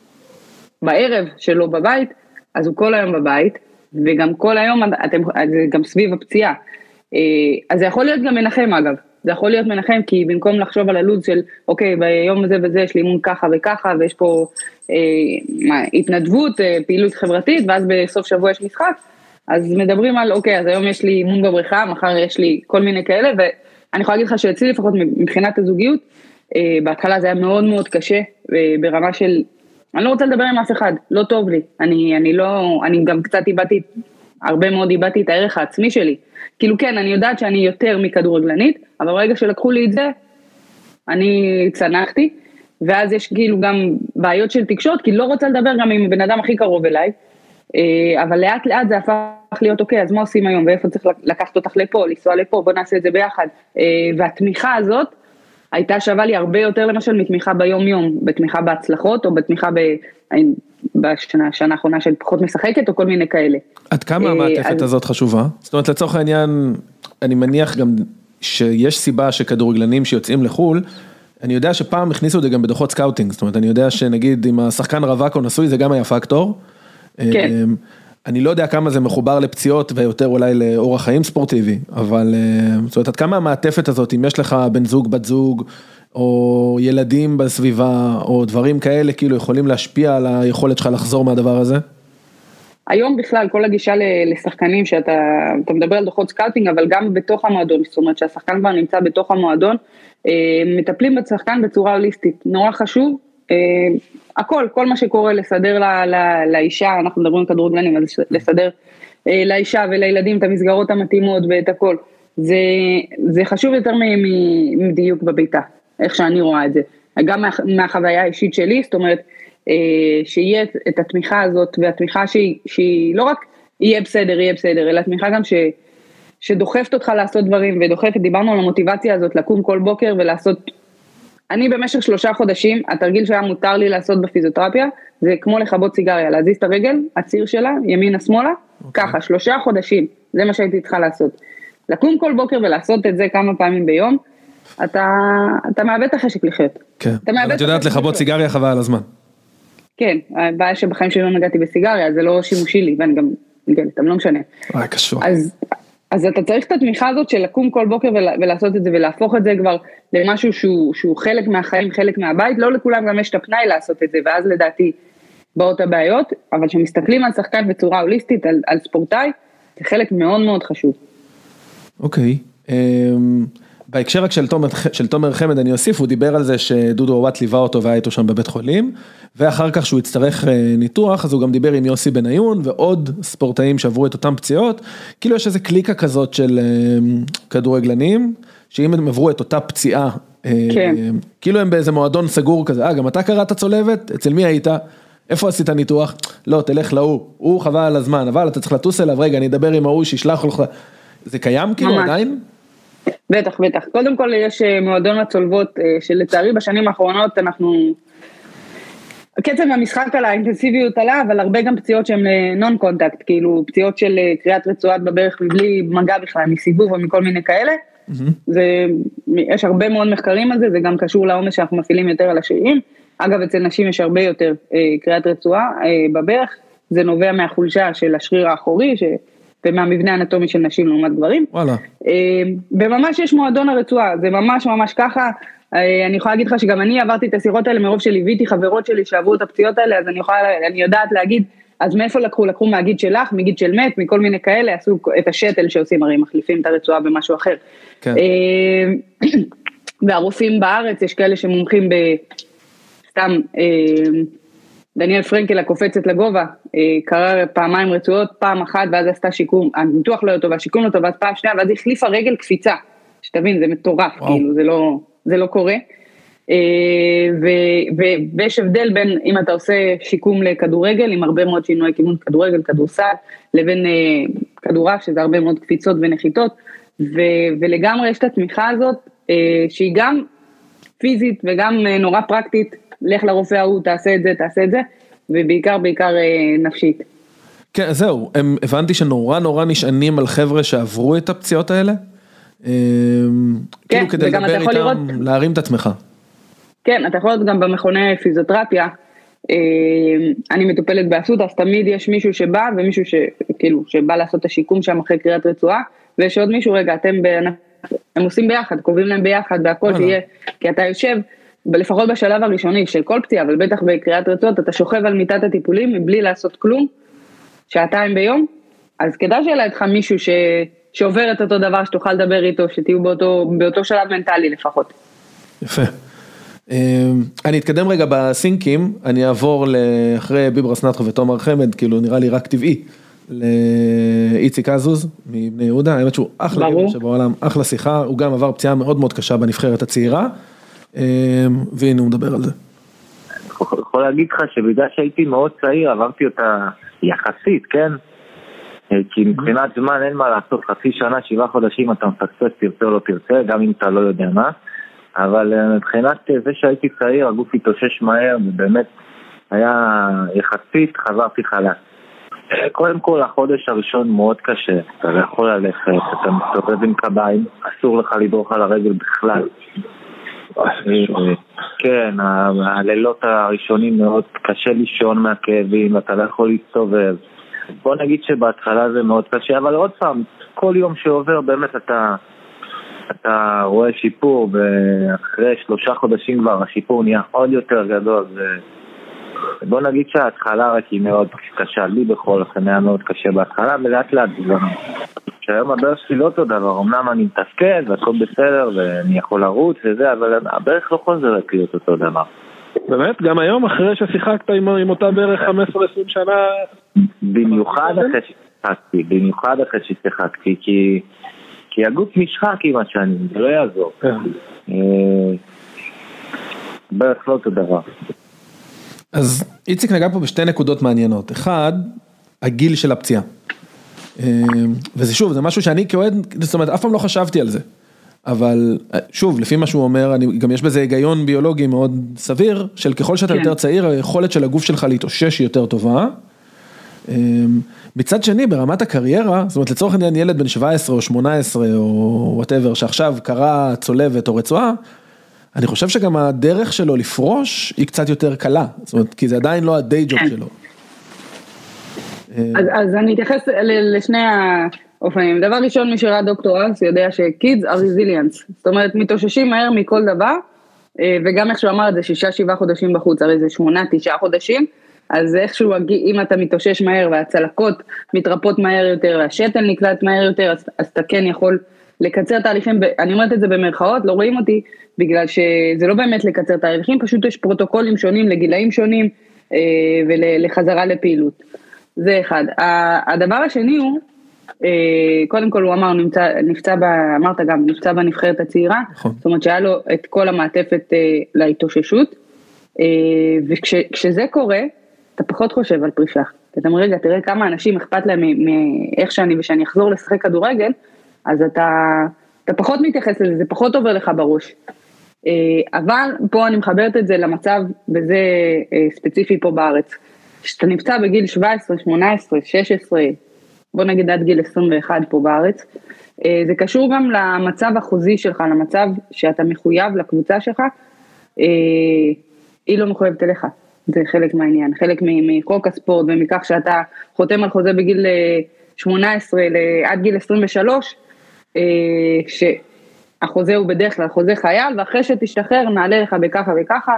בערב שלו בבית, אז הוא כל היום בבית, וגם כל היום, אתם, זה גם סביב הפציעה, אז זה יכול להיות גם מנחם אגב, זה יכול להיות מנחם, כי במקום לחשוב על הלוז של, אוקיי, ביום הזה וזה יש לי אימון ככה וככה, ויש פה אה, מה, התנדבות, אה, פעילות חברתית, ואז בסוף שבוע יש משחק, אז מדברים על, אוקיי, אז היום יש לי אימון בבריכה, מחר יש לי כל מיני כאלה, ואני יכולה להגיד לך שאצלי לפחות מבחינת הזוגיות, אה, בהתחלה זה היה מאוד מאוד קשה, אה, ברמה של, אני לא רוצה לדבר עם אף אחד, לא טוב לי, אני, אני לא, אני גם קצת איבדתי, הרבה מאוד איבדתי את הערך העצמי שלי, כאילו כן, אני יודעת שאני יותר מכדורגלנית, אבל ברגע שלקחו לי את זה, אני צנחתי, ואז יש כאילו גם בעיות של תקשורת, כי לא רוצה לדבר גם עם בן אדם הכי קרוב אליי, אבל לאט לאט זה הפך להיות אוקיי, אז מה עושים היום, ואיפה צריך לקחת אותך לפה, לנסוע לפה, בוא נעשה את זה ביחד, והתמיכה הזאת, הייתה שווה לי הרבה יותר למשל מתמיכה ביום יום, בתמיכה בהצלחות, או בתמיכה ב... בשנה האחרונה של פחות משחקת, או כל מיני כאלה. עד כמה המעטפת הזאת חשובה? זאת אומרת, לצורך העניין, אני מניח גם שיש סיבה שכדורגלנים שיוצאים לחול, אני יודע שפעם הכניסו את זה גם בדוחות סקאוטינג, זאת אומרת, אני יודע שנגיד אם השחקן רווק או נשוי, זה גם היה פקטור. כן. אני לא יודע כמה זה מחובר לפציעות, ויותר אולי לאורח חיים ספורטיבי, אבל זאת אומרת, עד כמה המעטפת הזאת, אם יש לך בן זוג, בת זוג, או ילדים בסביבה, או דברים כאלה, כאילו יכולים להשפיע על היכולת שלך לחזור מהדבר הזה? היום בכלל, כל הגישה לשחקנים, שאתה אתה מדבר על דוחות סקאוטינג, אבל גם בתוך המועדון, זאת אומרת שהשחקן כבר נמצא בתוך המועדון, מטפלים בשחקן בצורה הוליסטית, נורא חשוב, הכל, כל מה שקורה לסדר לה, לה, לאישה, אנחנו מדברים כדורגלנים, אז לסדר לאישה ולילדים את המסגרות המתאימות ואת הכל, זה, זה חשוב יותר מדיוק בביתה, איך שאני רואה את זה, גם מה, מהחוויה האישית שלי, זאת אומרת, שיהיה את התמיכה הזאת, והתמיכה שהיא, שהיא לא רק יהיה בסדר, יהיה בסדר, אלא תמיכה גם ש, שדוחפת אותך לעשות דברים, ודוחפת, דיברנו על המוטיבציה הזאת, לקום כל בוקר ולעשות, אני במשך שלושה חודשים, התרגיל שהיה מותר לי לעשות בפיזיותרפיה, זה כמו לחבות סיגריה, להזיז את הרגל, הציר שלה, ימינה שמאלה, okay. ככה, שלושה חודשים, זה מה שהייתי צריכה לעשות. לקום כל בוקר ולעשות את זה כמה פעמים ביום, אתה, אתה מאבד את החשק לחיות. כן, אבל את יודעת לחבות סיגריה חבל על הזמן. כן, הבעיה שבחיים שלי לא נגעתי בסיגריה, זה לא שימושי לי, ואני גם נגלת, לא משנה. אה, קשור. אז, אז אתה צריך את התמיכה הזאת של לקום כל בוקר ולעשות את זה, ולהפוך את זה כבר למשהו שהוא, שהוא חלק מהחיים, חלק מהבית, לא לכולם גם יש את הפנאי לעשות את זה, ואז לדעתי באות הבעיות, אבל כשמסתכלים על שחקן בצורה הוליסטית, על, על ספורטאי, זה חלק מאוד מאוד חשוב. אוקיי, בהקשר רק של תומר, של תומר חמד אני אוסיף, הוא דיבר על זה שדודו רוואט ליווה אותו והיה איתו שם בבית חולים, ואחר כך שהוא יצטרך ניתוח, אז הוא גם דיבר עם יוסי בניון, ועוד ספורטאים שעברו את אותם פציעות, כאילו יש איזו קליקה כזאת של כדורגלנים, שאם הם עברו את אותה פציעה, כן. כאילו הם באיזה מועדון סגור כזה, אה, גם אתה קראת צולבת, אצל מי היית? איפה עשית ניתוח? לא, תלך להוא, הוא חבל על הזמן, אבל אתה צריך לטוס אליו, רגע, אני אדבר עם ההוא שישלח לך, זה קיים כאילו ממש. עדיין? בטח, בטח. קודם כל יש מועדון הצולבות, שלצערי בשנים האחרונות אנחנו, קצב המשחק על האינטנסיביות עלה, אבל הרבה גם פציעות שהן נון קונטקט, כאילו פציעות של קריאת רצועת בברך מבלי מגע בכלל, מסיבוב או מכל מיני כאלה, זה, יש הרבה מאוד מחקרים על זה, זה גם קשור לעומס שאנחנו מפעילים יותר על השרירים, אגב אצל נשים יש הרבה יותר קריאת רצועה בברך, זה נובע מהחולשה של השריר האחורי, ש... ומהמבנה האנטומי של נשים לעומת גברים. וואלה. וממש יש מועדון הרצועה, זה ממש ממש ככה, אני יכולה להגיד לך שגם אני עברתי את השיחות האלה מרוב שליוויתי חברות שלי שעברו את הפציעות האלה, אז אני יכולה, אני יודעת להגיד, אז מאיפה לקחו? לקחו מהגיד שלך, מגיד של מת, מכל מיני כאלה, עשו את השטל שעושים, הרי מחליפים את הרצועה במשהו אחר. כן. והרופאים בארץ, יש כאלה שמומחים בסתם, דניאל פרנקל הקופצת לגובה, קרא פעמיים רצועות, פעם אחת, ואז עשתה שיקום, הניתוח לא אותו, והשיקום לא אותו, ואז פעם שנייה, ואז החליפה רגל קפיצה, שתבין, זה מטורף, כאילו, זה לא, זה לא קורה, ויש הבדל בין, אם אתה עושה שיקום לכדורגל, עם הרבה מאוד שינוי כיוון כדורגל, כדורסל, לבין כדורף, שזה הרבה מאוד קפיצות ונחיתות, ולגמרי יש את התמיכה הזאת, שהיא גם פיזית, וגם נורא פרקטית, לך לרופא ההוא, תעשה את זה, תעשה את זה, ובעיקר, בעיקר נפשית. כן, זהו, הם, הבנתי שנורא נורא נשענים על חבר'ה שעברו את הפציעות האלה, כן, כאילו כדי לדבר איתם, לראות, להרים את עצמך. כן, אתה יכול לראות גם במכוני פיזיותרפיה, אני מטופלת באסותא, אז תמיד יש מישהו שבא, ומישהו שכאילו, שבא לעשות את השיקום שם אחרי קריאת רצועה, ויש עוד מישהו, רגע, אתם, הם עושים ביחד, קובעים להם ביחד, והכל תהיה, כי אתה יושב, לפחות בשלב הראשוני של כל פציעה, אבל בטח בקריאת רצועות, אתה שוכב על מיטת הטיפולים, מבלי לעשות כלום, שעתיים ביום, אז כדאי שיהיה לך מישהו ש... שעובר את אותו דבר, שתוכל לדבר איתו, שתהיו באותו, באותו שלב מנטלי לפחות. יפה. אני אתקדם רגע בסינקים, אני אעבור לאחרי ביברס נטחו ותומר חמד, כאילו נראה לי רק טבעי, לאיציק אזוז מבני יהודה, האמת שהוא אחלה גבר שבעולם, אחלה שיחה, הוא גם עבר פציעה מאוד מאוד קשה בנבחרת הצעירה, והנה הוא מדבר על זה. אני יכול להגיד לך שבגלל שהייתי מאוד צעיר, עברתי אותה יחסית, כן? כי מבחינת זמן אין מה לעשות, חצי שנה, שבעה חודשים אתה מפספס, תרצה או לא תרצה, גם אם אתה לא יודע מה, אבל מבחינת זה שהייתי צעיר, הגוף התאושש מהר, ובאמת היה יחסית, חזרתי חלק. קודם כל, החודש הראשון מאוד קשה, אתה לא יכול ללכת, אתה מסתובב עם קביים, אסור לך לדרוך על הרגל בכלל. כן, הלילות הראשונים מאוד קשה לישון מהכאבים, אתה לא יכול להסתובב. בוא נגיד שבהתחלה זה מאוד קשה, אבל עוד פעם, כל יום שעובר באמת אתה, אתה רואה שיפור, ואחרי שלושה חודשים כבר השיפור נהיה עוד יותר גדול, ובוא נגיד שההתחלה רק היא מאוד קשה, לי בכל אופן היה מאוד קשה בהתחלה, ולאט לאט זה שהיום הברך שלי לא אותו דבר, אמנם אני מתפקד והכל בסדר, ואני יכול לרוץ וזה, אבל הברך לא חוזרת להיות אותו דבר. באמת? גם היום אחרי ששיחקת עם, עם אותה בערך חמש עשרה עשרים שנה? במיוחד אחרי ששיחקתי, במיוחד אחרי ששיחקתי, כי, כי הגוף נשחק עם השנים, זה לא יעזור. בערך לא אותו דבר. אז איציק נגע פה בשתי נקודות מעניינות. אחד, הגיל של הפציעה. וזה שוב, זה משהו שאני כאוהד, זאת אומרת, אף פעם לא חשבתי על זה. אבל שוב, לפי מה שהוא אומר, אני, גם יש בזה היגיון ביולוגי מאוד סביר, של ככל שאתה יותר צעיר, היכולת של הגוף שלך להתאושש היא יותר טובה. מצד שני, ברמת הקריירה, זאת אומרת, לצורך העניין ילד בן שבע עשרה או שמונה עשרה או whatever, שעכשיו קרה צולבת או רצועה, אני חושב שגם הדרך שלו לפרוש היא קצת יותר קלה, זאת אומרת, כי זה עדיין לא הדיי ג'וב שלו. אז, אז אני אתייחס לשני האופנים. דבר ראשון, מי שראה דוקטור ארס יודע ש-kids are resilience, זאת אומרת, מתאוששים מהר מכל דבר, וגם איך שהוא אמר את זה, שישה, שבעה חודשים בחוץ, הרי זה שמונה, תשעה חודשים, אז איכשהו, אם אתה מתאושש מהר, והצלקות מתרפות מהר יותר, והשתל נקלט מהר יותר, אז, אז אתה כן יכול לקצר תהליכים, אני אומרת את זה במרכאות, לא רואים אותי, בגלל שזה לא באמת לקצר תהליכים, פשוט יש פרוטוקולים שונים, לגילאים שונים, ולחזרה לפעילות. זה אחד. הדבר השני הוא, קודם כל הוא אמר, נפצע, נפצע ב, אמרת גם, נפצע בנבחרת הצעירה, זאת אומרת שהיה לו את כל המעטפת להתאוששות, וכשזה קורה, אתה פחות חושב על פרישה. אתה אומר, רגע, תראה כמה אנשים אכפת להם מאיך שאני, ושאני אחזור לשחק כדורגל, אז אתה, אתה פחות מתייחס לזה, זה פחות עובר לך בראש. אבל פה אני מחברת את זה למצב, וזה ספציפי פה בארץ, שאתה נפצע בגיל שבע עשרה, שמונה עשרה, שש עשרה, בוא נגיד עד גיל עשרים ואחת פה בארץ, זה קשור גם למצב החוזי שלך, למצב שאתה מחויב לקבוצה שלך, היא לא מחויבת אליך, זה חלק מהעניין, חלק מחוק הספורט, ומכך שאתה חותם על חוזה בגיל שמונה עשרה עד גיל עשרים ושלוש, שהחוזה הוא בדרך כלל חוזה חייל, ואחרי שתשתחרר נעלה לך בככה וככה.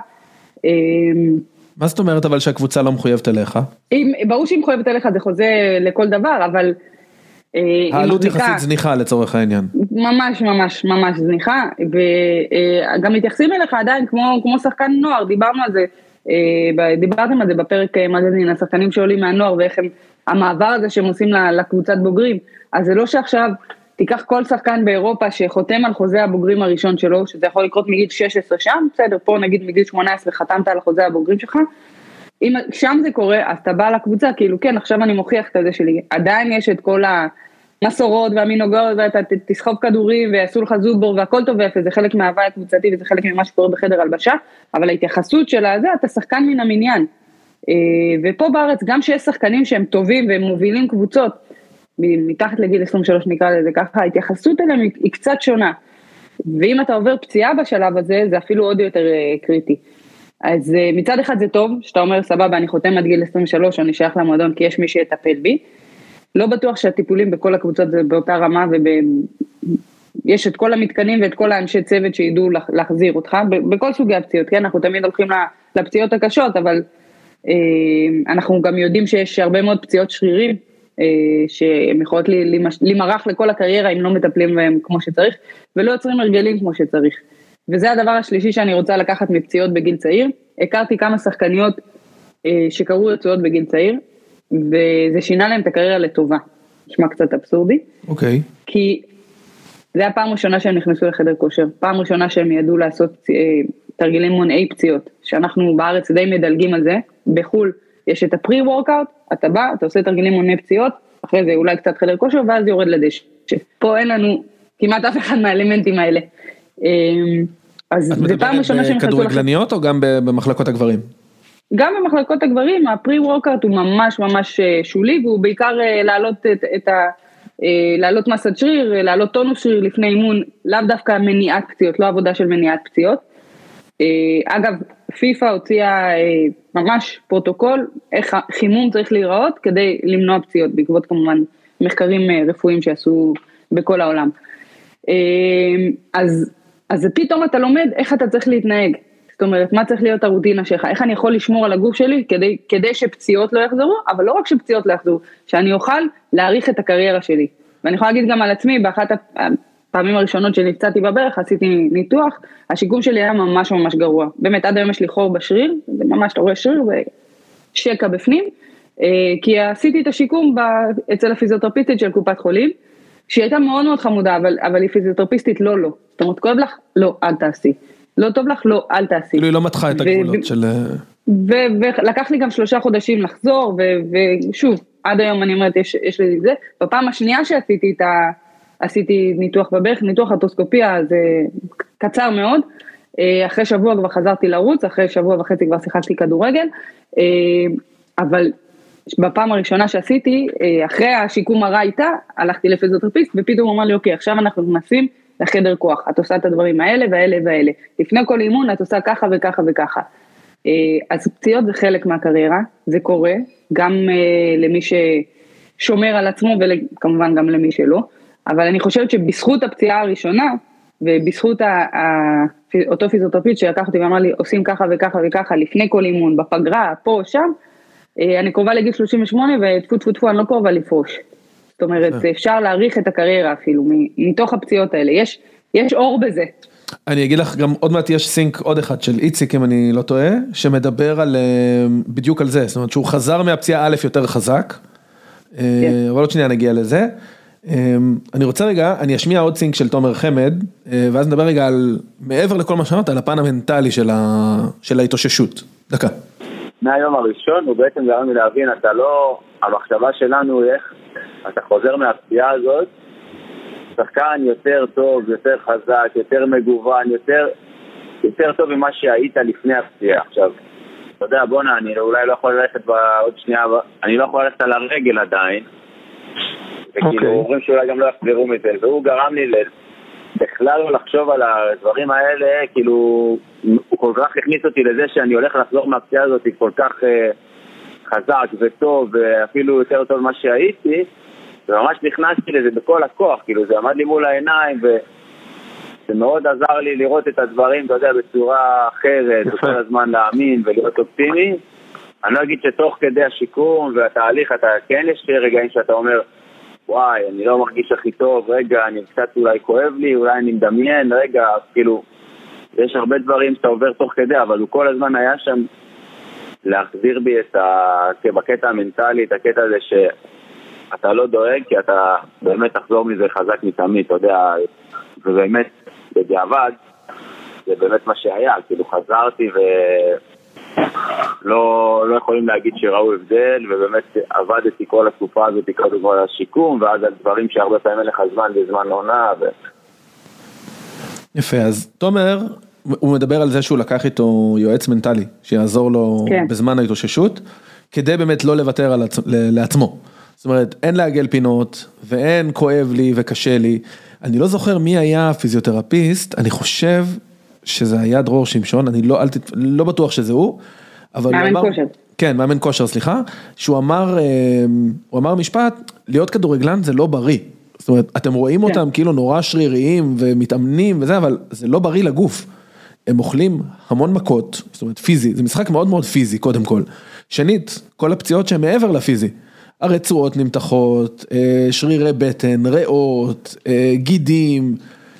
מה זאת אומרת אבל שהקבוצה לא מחויבת אליך? ברור שהיא מחויבת אליך, זה חוזה לכל דבר, אבל... העלות יחסית זניחה לצורך העניין. ממש ממש ממש זניחה, וגם מתייחסים אליך עדיין כמו, כמו שחקן נוער, דיברנו על זה, דיברתם על זה בפרק מגזין, השחקנים שעולים מהנוער ואיך הם, המעבר הזה שהם עושים לקבוצת בוגרים, אז זה לא שעכשיו תיקח כל שחקן באירופה שחותם על חוזה הבוגרים הראשון שלו, שזה יכול לקרות מגיל שש עשרה שם, בסדר, פה נגיד מגיל שמונה עשרה חתמת על חוזה הבוגרים שלך, אם שם זה קורה, אז אתה בא לקבוצה, כאילו כן, עכשיו אני מוכיח את זה שלי, עדיין יש את כל המסורות והמינוגות, ואתה תסחוב כדורים ויעשו לך זובור והכל טוב ויפה, זה חלק מההוואי הקבוצתי וזה חלק ממה שקורה בחדר הלבשה, אבל ההתייחסות של הזה, אתה שחקן מן המניין, ופה בארץ גם שיש שחקנים שהם טובים והם מובילים קבוצות, מתחת לגיל עשרים ושלוש נקרא לזה ככה, ההתייחסות אליהם היא קצת שונה, ואם אתה עובר פציעה בשלב הזה, זה אפילו עוד יותר קריטי. אז מצד אחד זה טוב, שאתה אומר סבבה, אני חותם עד גיל עשרים ושלוש, אני שייך למועדון כי יש מי שיטפל בי, לא בטוח שהטיפולים בכל הקבוצות זה באותה רמה, ויש את כל המתקנים ואת כל האנשי צוות שידעו להחזיר אותך, בכל סוגי הפציעות, כן, אנחנו תמיד הולכים לפציעות הקשות, אבל אנחנו גם יודעים שיש הרבה מאוד פציעות שרירים, שהן יכולות להימרח לכל הקריירה אם לא מטפלים בהם כמו שצריך, ולא יוצרים הרגלים כמו שצריך. וזה הדבר השלישי שאני רוצה לקחת מפציעות בגיל צעיר. הכרתי כמה שחקניות שקראו רצועות בגיל צעיר, וזה שינה להם את הקריירה לטובה. נשמע קצת אבסורדי. אוקיי. Okay. כי זה הפעם ראשונה שהם נכנסו לחדר כושר, פעם ראשונה שהם ידעו לעשות תרגילים מונעי פציעות, שאנחנו בארץ די מדלגים על זה, בחול יש את הפרי-וורקאוט, אתה בא, אתה עושה תרגילים מונעי פציעות, אחרי זה אולי קצת חדר כושר, ואז יורד לדשא. פה אין לנו כמעט אף אחד מהאלמנטים האלה. אז זה פעם ראשונה שהם נכנסו... את מדברת בכדורגלניות או גם במחלקות הגברים? גם במחלקות הגברים, הפרי-וורקאוט הוא ממש ממש שולי, והוא בעיקר להעלות את, את ה... להעלות מסת שריר, להעלות טונוס שריר לפני אימון, לאו דווקא מניעת פציעות, לא עבודה של מניעת פציעות. אגב, פיפה הוציאה ממש פרוטוקול, איך חימום צריך להיראות כדי למנוע פציעות, בעקבות כמובן מחקרים רפואיים שעשו בכל העולם. אז, אז פתאום אתה לומד איך אתה צריך להתנהג, זאת אומרת, מה צריך להיות הרוטינה שלך, איך אני יכול לשמור על הגוף שלי כדי, כדי שפציעות לא יחזרו, אבל לא רק שפציעות לא יחזרו, שאני אוכל להאריך את הקריירה שלי. ואני יכולה להגיד גם על עצמי, באחת הפעמים הראשונות שנפצעתי בברך, עשיתי ניתוח, השיקום שלי היה ממש ממש גרוע. באמת, עד היום יש לי חור בשריר, זה ממש, אתה רואה שריר ושקע בפנים, כי עשיתי את השיקום אצל הפיזיותרפיסטית של קופת חולים, שהיא הייתה מאוד מאוד חמודה, אבל, אבל היא פיזיותרפיסטית לא, לא. זאת אומרת, כואב לך? לא, אל תעשי. לא טוב לך? לא, אל תעשי. כאילו היא לא מתחה את הגבולות של... ולקח לי גם שלושה חודשים לחזור, ושוב, עד היום אני אומרת, יש, יש לי זה, בפעם השנייה שעשיתי את ה... עשיתי ניתוח בברך, ניתוח ארטרוסקופיה, זה קצר מאוד, אחרי שבוע כבר חזרתי לרוץ, אחרי שבוע וחצי כבר שיחקתי כדורגל, אבל בפעם הראשונה שעשיתי, אחרי השיקום הרע איתה, הלכתי לפיזיותרפיסט, ופתאום הוא אמר לי, אוקיי, עכשיו אנחנו נכנסים לחדר כוח, את עושה את הדברים האלה והאלה והאלה, לפני כל אימון את עושה ככה וככה וככה, אז פציעות זה חלק מהקריירה, זה קורה, גם למי ששומר על עצמו, וכמובן גם למי שלא, אבל אני חושבת שבזכות הפציעה הראשונה, ובזכות אותו פיזיותרפיסט שלקח אותי ואמר לי, עושים ככה וככה וככה, לפני כל אימון, בפגרה, פה, שם, אני קרובה לגיל שלושים ושמונה, וטפו טפו טפו, אני לא קרובה לפרוש. זאת אומרת, אפשר להאריך את הקריירה אפילו, מתוך הפציעות האלה. יש, יש אור בזה. אני אגיד לך, גם עוד מעט יש סינק עוד אחד של איציק, אם אני לא טועה, שמדבר על, בדיוק על זה, זאת אומרת, שהוא חזר מהפציעה א' יותר חזק, אבל עוד שנייה נגיע לזה. אני רוצה רגע, אני אשמיע עוד סינק של תומר חמד, ואז נדבר רגע על, מעבר לכל מה שאמרת, על הפן המנטלי של, ה, של ההתאוששות. דקה. מהיום הראשון, הוא בעצם גרם לי להבין, אתה לא, המחשבה שלנו היא איך, אתה חוזר מהפציעה הזאת, שחקן יותר טוב, יותר חזק, יותר מגוון, יותר, יותר טוב ממה שהיית לפני הפציעה. עכשיו, אתה יודע, בונה, אני אולי לא יכול ללכת בעוד שנייה, אני לא יכול ללכת על הרגל עדיין, וכאילו okay. אומרים שאולי גם לא יחזרו מזה, והוא גרם לי בכלל לא לחשוב על הדברים האלה, כאילו הוא כל כך הכניס אותי לזה שאני הולך לחזור מהפציעה הזאת כל כך uh, חזק וטוב, ואפילו יותר טוב ממה שהייתי, וממש נכנסתי לזה בכל הכוח, כאילו זה עמד לי מול העיניים, וזה מאוד עזר לי לראות את הדברים, אתה יודע, בצורה אחרת, וכל הזמן להאמין ולהיות אופטימי. אני לא אגיד שתוך כדי השיקום והתהליך, אתה כן יש רגעים שאתה אומר, וואי, אני לא מרגיש הכי טוב, רגע, אני קצת אולי כואב לי, אולי אני מדמיין, רגע, כאילו, יש הרבה דברים שאתה עובר תוך כדי, אבל הוא כל הזמן היה שם להחזיר בי את ה... בקטע המנטלי, את הקטע הזה שאתה לא דואג, כי אתה באמת תחזור מזה חזק מתמיד, אתה יודע, ובאמת, בדיעבד, זה באמת מה שהיה, כאילו חזרתי ו... לא, לא יכולים להגיד שראו הבדל, ובאמת עבדתי כל התקופה הזאת, כל השיקום, ואז על דברים שהרבה פעמים אין לך זמן בזמן עונה. ו... יפה, אז תומר, הוא מדבר על זה שהוא לקח איתו יועץ מנטלי, שיעזור לו כן. בזמן ההתאוששות, כדי באמת לא לוותר על עצ... לעצמו. זאת אומרת, אין להגל פינות, ואין כואב לי וקשה לי. אני לא זוכר מי היה הפיזיותרפיסט, אני חושב... שזה היה דרור שמשון, אני לא, לא בטוח שזה הוא, אבל מאמן אמר, כושר. כן, מאמן כושר, סליחה, שהוא אמר, הוא אמר משפט, להיות כדורגלן זה לא בריא, זאת אומרת, אתם רואים כן. אותם כאילו נורא שריריים ומתאמנים וזה, אבל זה לא בריא לגוף, הם אוכלים המון מכות, זאת אומרת פיזי, זה משחק מאוד מאוד פיזי קודם כל, שנית, כל הפציעות שהן מעבר לפיזי, הרצועות נמתחות, שרירי בטן, ריאות, גידים,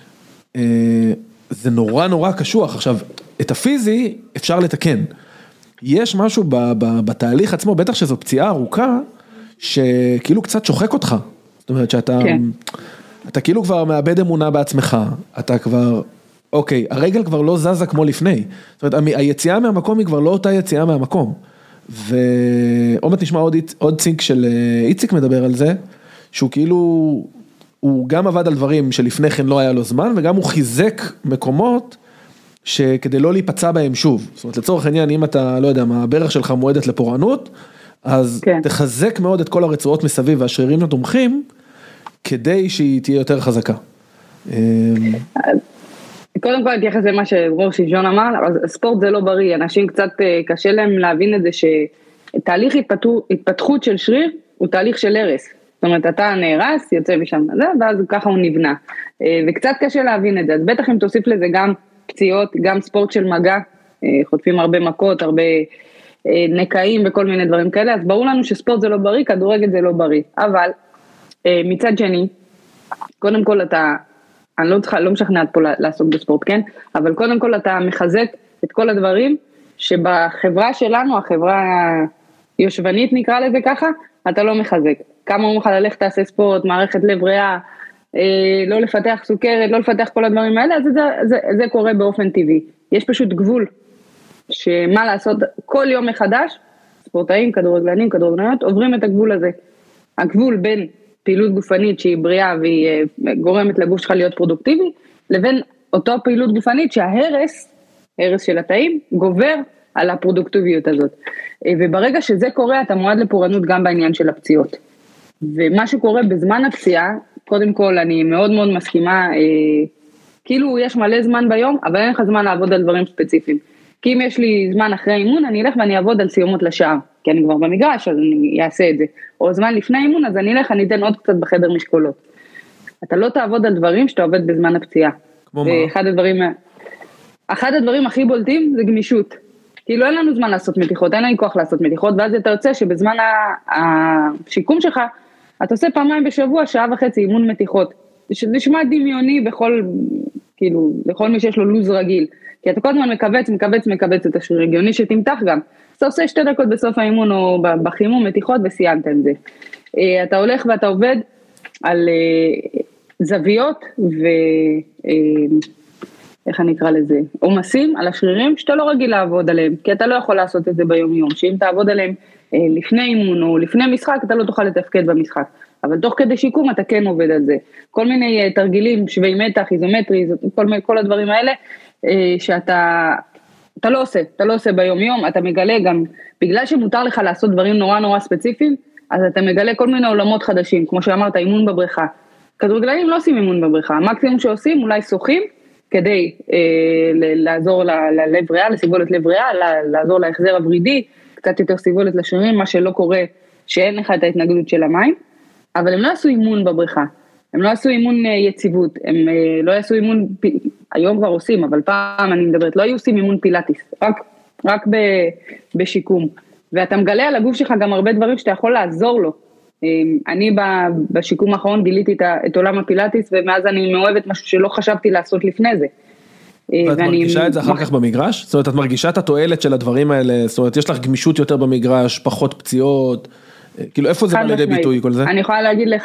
זה נורא נורא קשוח. עכשיו, את הפיזי אפשר לתקן. יש משהו ב, ב, בתהליך עצמו, בטח שזו פציעה ארוכה, שכאילו קצת שוחק אותך. זאת אומרת שאתה, כן. אתה כאילו כבר מאבד אמונה בעצמך, אתה כבר, אוקיי, הרגל כבר לא זזה כמו לפני. זאת אומרת, היציאה מהמקום היא כבר לא אותה יציאה מהמקום. ועומד נשמע עוד, עוד צינק של איציק מדבר על זה, שהוא כאילו... הוא גם עבד על דברים שלפני כן לא היה לו זמן, וגם הוא חיזק מקומות שכדי לא להיפצע בהם שוב. זאת אומרת, לצורך העניין, אם אתה, לא יודע, מה, הברך שלך מועדת לפורענות, אז כן. תחזק מאוד את כל הרצועות מסביב והשרירים התומכים, כדי שהיא תהיה יותר חזקה. קודם כל, התייחס למה שדרור שמשון אמר, הספורט זה לא בריא, אנשים קצת קשה להם להבין את זה, שתהליך התפתחות של שריר, הוא תהליך של הרס. זאת אומרת, אתה נהרס, יוצא משם לזה, ואז ככה הוא נבנה. וקצת קשה להבין את זה, אז בטח אם תוסיף לזה גם פציעות, גם ספורט של מגע, חוטפים הרבה מכות, הרבה נקעים וכל מיני דברים כאלה, אז ברור לנו שספורט זה לא בריא, כדורגל זה לא בריא. אבל מצד שני, קודם כל אתה, אני לא צריכה, לא משכנעת פה לעסוק בספורט, כן? אבל קודם כל אתה מחזק את כל הדברים שבחברה שלנו, החברה היושבנית נקרא לזה ככה, אתה לא מחזק. כמה הוא מוכן ללכת תעשה ספורט, מערכת לב ריאה, אה, לא לפתח סוכרת, לא לפתח כל הדברים האלה, אז זה, זה, זה קורה באופן טבעי. יש פשוט גבול, שמה לעשות, כל יום מחדש, ספורטאים, כדורגלנים, כדורגלניות, עוברים את הגבול הזה. הגבול בין פעילות גופנית שהיא בריאה והיא גורמת לגוף שלך להיות פרודוקטיבי, לבין אותו פעילות גופנית שההרס, הרס של התאים, גובר על הפרודוקטיביות הזאת. וברגע שזה קורה, אתה מועד לפורענות גם בעניין של הפציעות. ומה שקורה בזמן הפציעה, קודם כל אני מאוד מאוד מסכימה, אה, כאילו יש מלא זמן ביום, אבל אין לך זמן לעבוד על דברים ספציפיים. כי אם יש לי זמן אחרי האימון, אני אלך ואני אעבוד על סיומות לשער, כי אני כבר במגרש, אז אני אעשה את זה. או זמן לפני האימון, אז אני אלך, אני אתן עוד קצת בחדר משקולות. אתה לא תעבוד על דברים שאתה עובד בזמן הפציעה. כמו מה? אחד הדברים, אחד הדברים הכי בולטים זה גמישות. כאילו אין לנו זמן לעשות מתיחות, אין לנו כוח לעשות מתיחות, ואז אתה יוצא שבזמן השיקום שלך, אתה עושה פעמיים בשבוע, שעה וחצי אימון מתיחות. זה נשמע דמיוני בכל, כאילו, לכל מי שיש לו לוז רגיל. כי אתה כל הזמן מקבץ, מקבץ, מקבץ את השריר, הגיוני שתמתח גם. אז אתה עושה שתי דקות בסוף האימון או בחימום מתיחות וסיימת עם זה. אתה הולך ואתה עובד על זוויות ו... איך אני אקרא לזה? עומסים על השרירים שאתה לא רגיל לעבוד עליהם, כי אתה לא יכול לעשות את זה ביום יום, שאם תעבוד עליהם לפני אימון או לפני משחק, אתה לא תוכל לתפקד במשחק. אבל תוך כדי שיקום אתה כן עובד על זה. כל מיני תרגילים, שווי מתח, איזומטרי, כל, כל הדברים האלה, שאתה אתה לא עושה, אתה לא עושה ביום יום, אתה מגלה גם, בגלל שמותר לך לעשות דברים נורא נורא ספציפיים, אז אתה מגלה כל מיני עולמות חדשים, כמו שאמרת, אימון בבריכה. כדורגלנים לא עושים אימון בבריכה, המקסימום שעושים אולי שוחים, כדי אה, לעזור ללב ריאה, לסיבולת לב ריאה, לעזור להחזר הברידי, קצת יותר סיבולת לשרירים, מה שלא קורה, שאין לך את ההתנגדות של המים, אבל הם לא עשו אימון בבריכה, הם לא עשו אימון יציבות, הם לא עשו אימון, היום כבר עושים, אבל פעם אני מדברת, לא היו עושים אימון פילאטיס, רק, רק ב, בשיקום, ואתה מגלה על הגוף שלך גם הרבה דברים שאתה יכול לעזור לו. אני בשיקום האחרון גיליתי את עולם הפילאטיס, ומאז אני מאוהבת משהו שלא חשבתי לעשות לפני זה. ואת מרגישה את זה אחר כך במגרש? זאת אומרת, את מרגישה את התועלת של הדברים האלה, זאת אומרת, יש לך גמישות יותר במגרש, פחות פציעות, כאילו איפה זה בא לידי ביטוי כל זה? אני יכולה להגיד לך,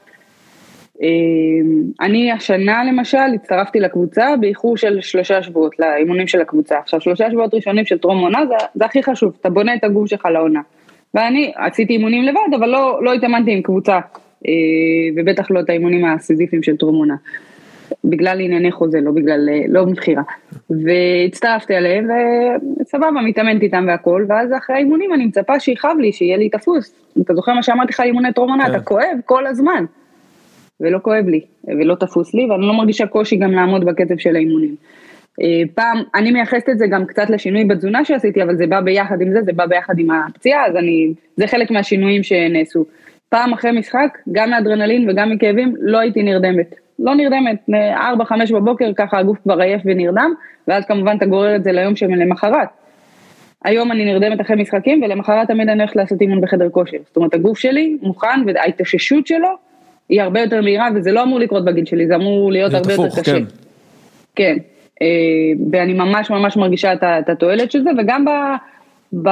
אני השנה למשל הצטרפתי לקבוצה באיחור של שלושה שבועות, לאימונים של הקבוצה. עכשיו שלושה שבועות ראשונים של טרום עונה, זה, זה הכי חשוב, אתה בונה את הגוף שלך לעונה. ואני עשיתי אימונים לבד, אבל לא, לא התאמנתי עם קבוצה, ובטח לא את האימונים הסיזיפיים של טרום עונה. בגלל ענייני חוזה, לא בגלל, לא מבחירה. והצטרפתי עליהם, וסבבה, מתאמנת איתם והכל, ואז אחרי האימונים אני מצפה שיחב לי, שיהיה לי תפוס. אתה זוכר מה שאמרתי לך אימוני טרום עונה, אתה כואב כל הזמן. ולא כואב לי, ולא תפוס לי, ואני לא מרגישה קושי גם לעמוד בקצב של האימונים. פעם, אני מייחסת את זה גם קצת לשינוי בתזונה שעשיתי, אבל זה בא ביחד עם זה, זה בא ביחד עם הפציעה, אז אני, זה חלק מהשינויים שנעשו. פעם אחרי משחק, גם מאדרנלין וגם מכאבים, לא הייתי נרדמת. לא נרדמת, ארבע חמש בבוקר, ככה הגוף כבר עייף ונרדם, ואז כמובן אתה גורר את זה ליום שלמחרת. היום אני נרדמת אחרי משחקים, ולמחרת תמיד אני הולכת לעשות אימון בחדר כושר. זאת אומרת, הגוף שלי מוכן, וההתאוששות שלו היא הרבה יותר מהירה, וזה לא אמור לקרות בגיל שלי, זה אמור להיות הרבה יותר קשה. כן. כן. ואני ממש ממש מרגישה את התועלת של זה, וגם ב, ב,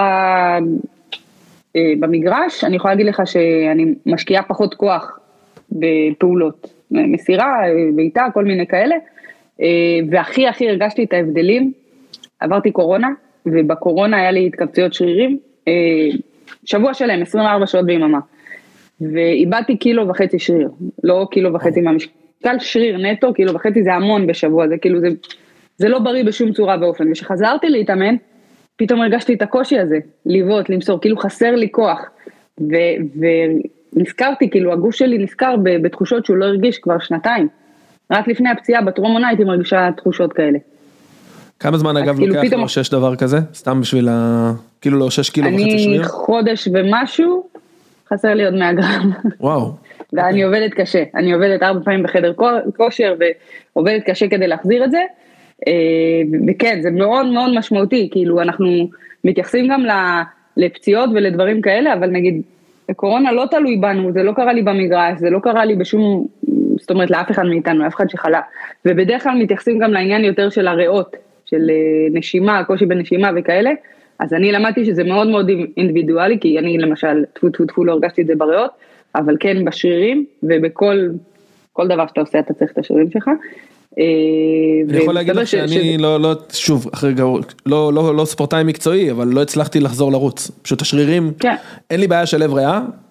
במגרש, אני יכולה להגיד לך שאני משקיעה פחות כוח בפעולות, מסירה, בעיטה, כל מיני כאלה, והכי הכי הרגשתי את ההבדלים, עברתי קורונה, ובקורונה היה לי התקבצויות שרירים, שבוע שלם, עשרים וארבע שעות ביממה, ואיבדתי קילו וחצי שריר, לא קילו וחצי מהמשקל, שריר נטו, קילו וחצי זה המון בשבוע, זה כאילו זה... זה לא בריא בשום צורה באופן, ושחזרתי להתאמן, פתאום הרגשתי את הקושי הזה, ליוות, למסור, כאילו חסר לי כוח, ו- ונזכרתי, כאילו הגוף שלי נזכר בתחושות שהוא לא הרגיש כבר שנתיים, רק לפני הפציעה בטרום עונה הייתי מרגישה תחושות כאלה. כמה זמן אגב כאילו לוקח פתאום... לאושש דבר כזה? סתם בשביל ה... כאילו לאושש קילו וחצי שריר? אני חודש ומשהו, חסר לי עוד מאה גרם. וואו. ואני עובדת קשה, אני עובדת ארבע פעמים בחדר כושר, ועובדת קשה כדי להחזיר את זה, וכן, זה מאוד מאוד משמעותי, כאילו אנחנו מתייחסים גם לפציעות ולדברים כאלה, אבל נגיד, הקורונה לא תלוי בנו, זה לא קרה לי במגרש, זה לא קרה לי בשום, זאת אומרת, לאף אחד מאיתנו, אף אחד שחלה, ובדרך כלל מתייחסים גם לעניין יותר של הריאות, של נשימה, קושי בנשימה וכאלה, אז אני למדתי שזה מאוד מאוד אינדיבידואלי, כי אני למשל, טפו טפו טפו לא הרגשתי את זה בריאות, אבל כן בשרירים, ובכל כל דבר שאתה עושה, אתה צריך את השרירים שלך, אני יכול להגיד לך שאני לא, לא, שוב, אחרי גאו, לא, לא, לא ספורטאי מקצועי, אבל לא הצלחתי לחזור לרוץ. פשוט השרירים, אין לי בעיה של לב ריאה,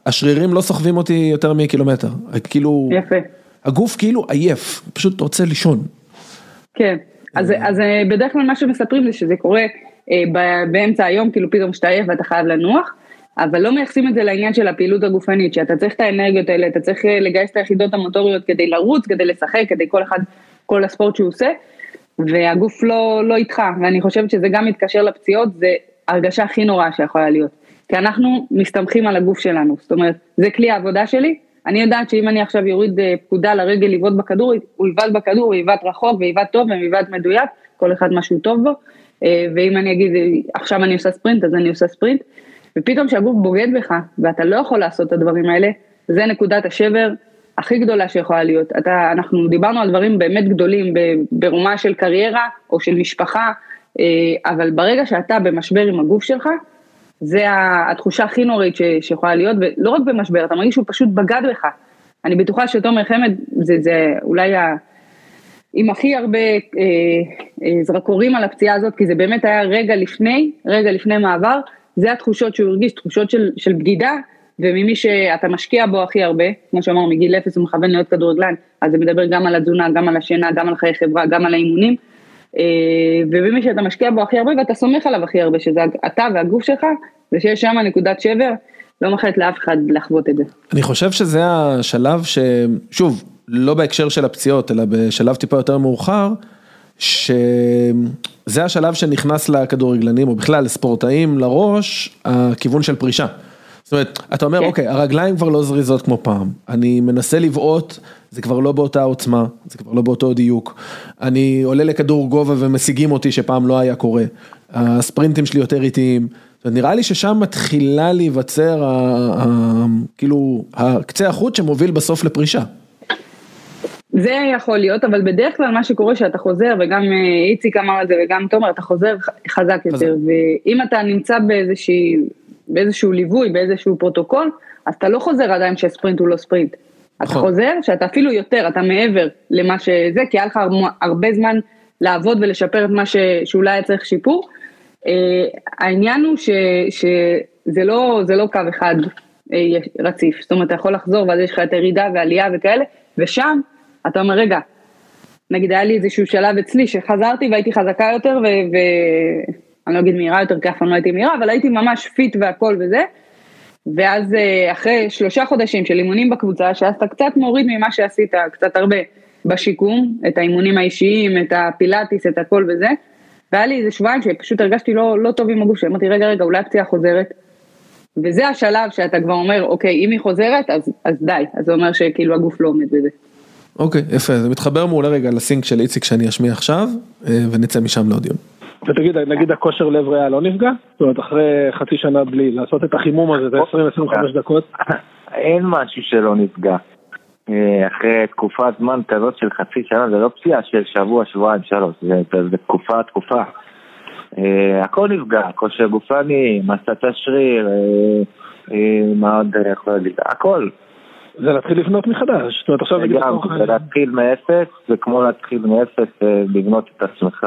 השרירים לא סוחבים אותי יותר מקילומטר, כאילו, יפה. הגוף כאילו עייף, פשוט רוצה לישון. כן, אז, אז בדרך כלל מה שמספרים זה שזה קורה באמצע היום, כאילו פתאום שאתה עייף ואתה חייב לנוח, אבל לא מייחסים את זה לעניין של הפעילות הגופנית, שאתה צריך את האנרגיות האלה, אתה צריך לגייס את היחידות המוטוריות כדי לרוץ, כדי לשחק, כדי כל אחד, כל הספורט שהוא עושה, והגוף לא, לא איתך, ואני חושבת שזה גם מתקשר לפציעות, זה הרגשה הכי נוראה שיכולה להיות, כי אנחנו מסתמכים על הגוף שלנו, זאת אומרת, זה כלי העבודה שלי, אני יודעת שאם אני עכשיו יוריד פקודה לרגל לבעוט בכדור, הוא יבעט בכדור, הוא יבעט רחוק, ויבעט טוב, ויבעט מדויק, כל אחד משהו טוב בו, ואם אני אגיד, עכשיו אני עושה ספרינט, אז אני עושה ספרינט, ופתאום שהגוף בוגד בך, ואתה לא יכול לעשות את הדברים האלה, זה נקודת השבר הכי גדולה שיכולה להיות. אתה, אנחנו דיברנו על דברים באמת גדולים, ברומה של קריירה, או של משפחה, אבל ברגע שאתה במשבר עם הגוף שלך, זה התחושה הכי נוראית שיכולה להיות, ולא רק במשבר, אתה מרגיש שהוא פשוט בגד בך. אני בטוחה שתומר חמד, זה, זה אולי ה... עם הכי הרבה אה, אה, זרקורים על הפציעה הזאת, כי זה באמת היה רגע לפני, רגע לפני מעבר, זה התחושות שהוא הרגיש, תחושות של, של בגידה, וממי שאתה משקיע בו הכי הרבה, כמו שאמר, מגיל אפס הוא מכוון להיות כדורגלן, אז זה מדבר גם על התזונה, גם על השינה, גם על חיי חברה, גם על האימונים, אה, וממי שאתה משקיע בו הכי הרבה, ואתה סומך עליו הכי הרבה, שזה אתה והגוף שלך, ושיש שם נקודת שבר, לא מאחלת לאף אחד לחוות את זה. אני חושב שזה השלב ש... שוב, לא בהקשר של הפציעות, אלא בשלב טיפה יותר מאוחר, שזה השלב שנכנס לכדורגלנים, או בכלל לספורטאים לראש, הכיוון של פרישה. זאת אומרת, אתה אומר, אוקיי, הרגליים כבר לא זריזות כמו פעם, אני מנסה לבעוט, זה כבר לא באותה עוצמה, זה כבר לא באותו דיוק, אני עולה לכדור גובה ומשיגים אותי שפעם לא היה קורה, הספרינטים שלי יותר איטיים, זאת אומרת, נראה לי ששם מתחילה להיווצר, כאילו, הקצה החוט שמוביל בסוף לפרישה. זה יכול להיות, אבל בדרך כלל מה שקורה שאתה חוזר, וגם איציק אמר את זה, וגם תומר, אתה חוזר חזק יותר, ואם אתה נמצא באיזשהו, באיזשהו ליווי, באיזשהו פרוטוקול, אז אתה לא חוזר עדיין שהספרינט הוא לא ספרינט. אתה חוזר שאתה אפילו יותר, אתה מעבר למה שזה, כי היה לך הרבה זמן לעבוד ולשפר את מה שאולי היה צריך שיפור. העניין הוא שזה לא, זה לא קו אחד רציף, זאת אומרת, אתה יכול לחזור, ואז יש לך את הירידה ועלייה וכאלה, ושם, אתה אומר, רגע, נגיד, היה לי איזשהו שלב אצלי, שחזרתי והייתי חזקה יותר, ואני לא אגיד מהירה יותר, כי אף פעם לא הייתי מהירה, אבל הייתי ממש פיט והכל וזה, ואז אחרי שלושה חודשים של אימונים בקבוצה, שאז אתה קצת מוריד ממה שעשית, קצת הרבה בשיקום, את האימונים האישיים, את הפילאטיס, את הכל וזה, והיה לי איזה שבועיים שפשוט הרגשתי לא, לא טוב עם הגוף, שאמרתי, רגע, רגע, אולי הפציעה חוזרת, וזה השלב שאתה כבר אומר, אוקיי, אם היא חוזרת, אז, אז די, אז זה אומר שכאילו הגוף לא עומד בזה. אוקיי, יפה, זה מתחבר מעולה רגע לסינק של איציק שאני אשמיע עכשיו, ונצא משם לעוד דיון. ותגיד, נגיד הכושר לב ריאה לא נפגע? זאת אומרת, אחרי חצי שנה בלי לעשות את החימום הזה, זה עשרים עד עשרים וחמש דקות? אין משהו שלא נפגע. אחרי תקופת זמן כזאת של חצי שנה, זה לא פציעה של שבוע, שבועיים, שלוש, זה תקופה, תקופה. הכל נפגע, כושר גופני, מסת השריר, מה עוד יכול להגיד, הכל. זה להתחיל לבנות מחדש, זאת אומרת, עכשיו זה גם, זה להתחיל מאפס, זה כמו להתחיל מאפס, לבנות את עצמך,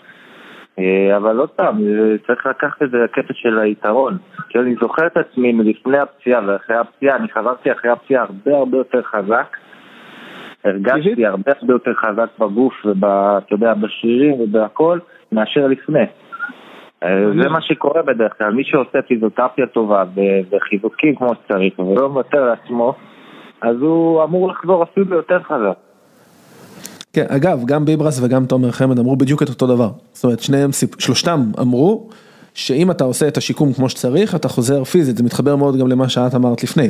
אבל לא סתם, צריך לקחת את זה הקטע של היתרון, כי אני זוכר את עצמי מלפני הפציעה ואחרי הפציעה, אני חזרתי אחרי הפציעה הרבה הרבה יותר חזק, הרגשתי הרבה הרבה יותר חזק בגוף ואתה יודע, בשרירים ובהכל, מאשר לפני. זה מה שקורה בדרך כלל, מי שעושה פיזיותרפיה טובה וחיזוקים כמו שצריך ולא מוותר לעצמו, אז הוא אמור לחזור אפילו יותר חזק. כן, אגב, גם ביברס וגם תומר חמד אמרו בדיוק את אותו דבר. זאת אומרת, שניהם, שלושתם אמרו, שאם אתה עושה את השיקום כמו שצריך, אתה חוזר פיזית. זה מתחבר מאוד גם למה שאת אמרת לפני.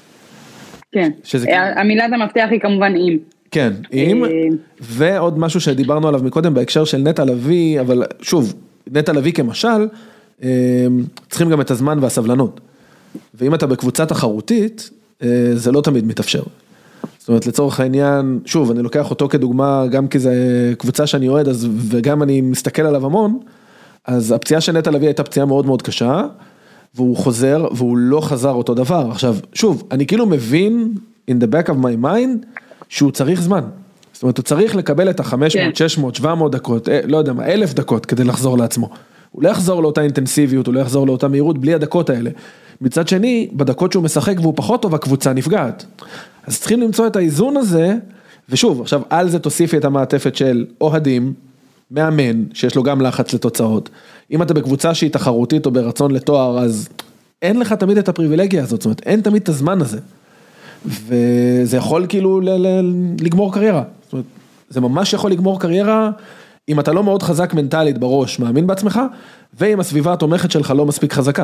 כן, המילת המפתח היא כמובן אם. כן, אם, ועוד משהו שדיברנו עליו מקודם בהקשר של נטע לביא, אבל שוב, נטע לביא כמשל, צריכים גם את הזמן והסבלנות. ואם אתה בקבוצה תחרותית, זה לא תמיד מתאפשר. זאת אומרת, לצורך העניין, שוב, אני לוקח אותו כדוגמה, גם כי זה קבוצה שאני אוהד, אז, וגם אני מסתכל עליו המון, אז הפציעה של נטע לביא הייתה פציעה מאוד מאוד קשה, והוא חוזר, והוא לא חזר אותו דבר. עכשיו, שוב, אני כאילו מבין, in the back of my mind, שהוא צריך זמן. זאת אומרת, הוא צריך לקבל את ה-חמש מאות, שש מאות, שבע מאות דקות, לא יודע מה, אלף דקות, כדי לחזור לעצמו. הוא לא יחזור לאותה אינטנסיביות, הוא לא יחזור לאותה מהירות בלי הדקות האלה. מצד שני, בדקות שהוא משחק והוא פחות טוב, הקבוצה נפגעת. אז צריכים למצוא את האיזון הזה, ושוב, עכשיו על זה תוסיפי את המעטפת של אוהדים, מאמן, שיש לו גם לחץ לתוצאות. אם אתה בקבוצה שהיא תחרותית או ברצון לתואר, אז אין לך תמיד את הפריבילגיה הזאת, זאת אומרת, אין תמיד את הזמן הזה. וזה יכול כאילו ל- ל- לגמור קריירה. זאת אומרת, זה ממש יכול לגמור קריירה, אם אתה לא מאוד חזק מנטלית בראש, מאמין בעצמך, ואם הסביבה התומכת שלך לא מספיק חזקה.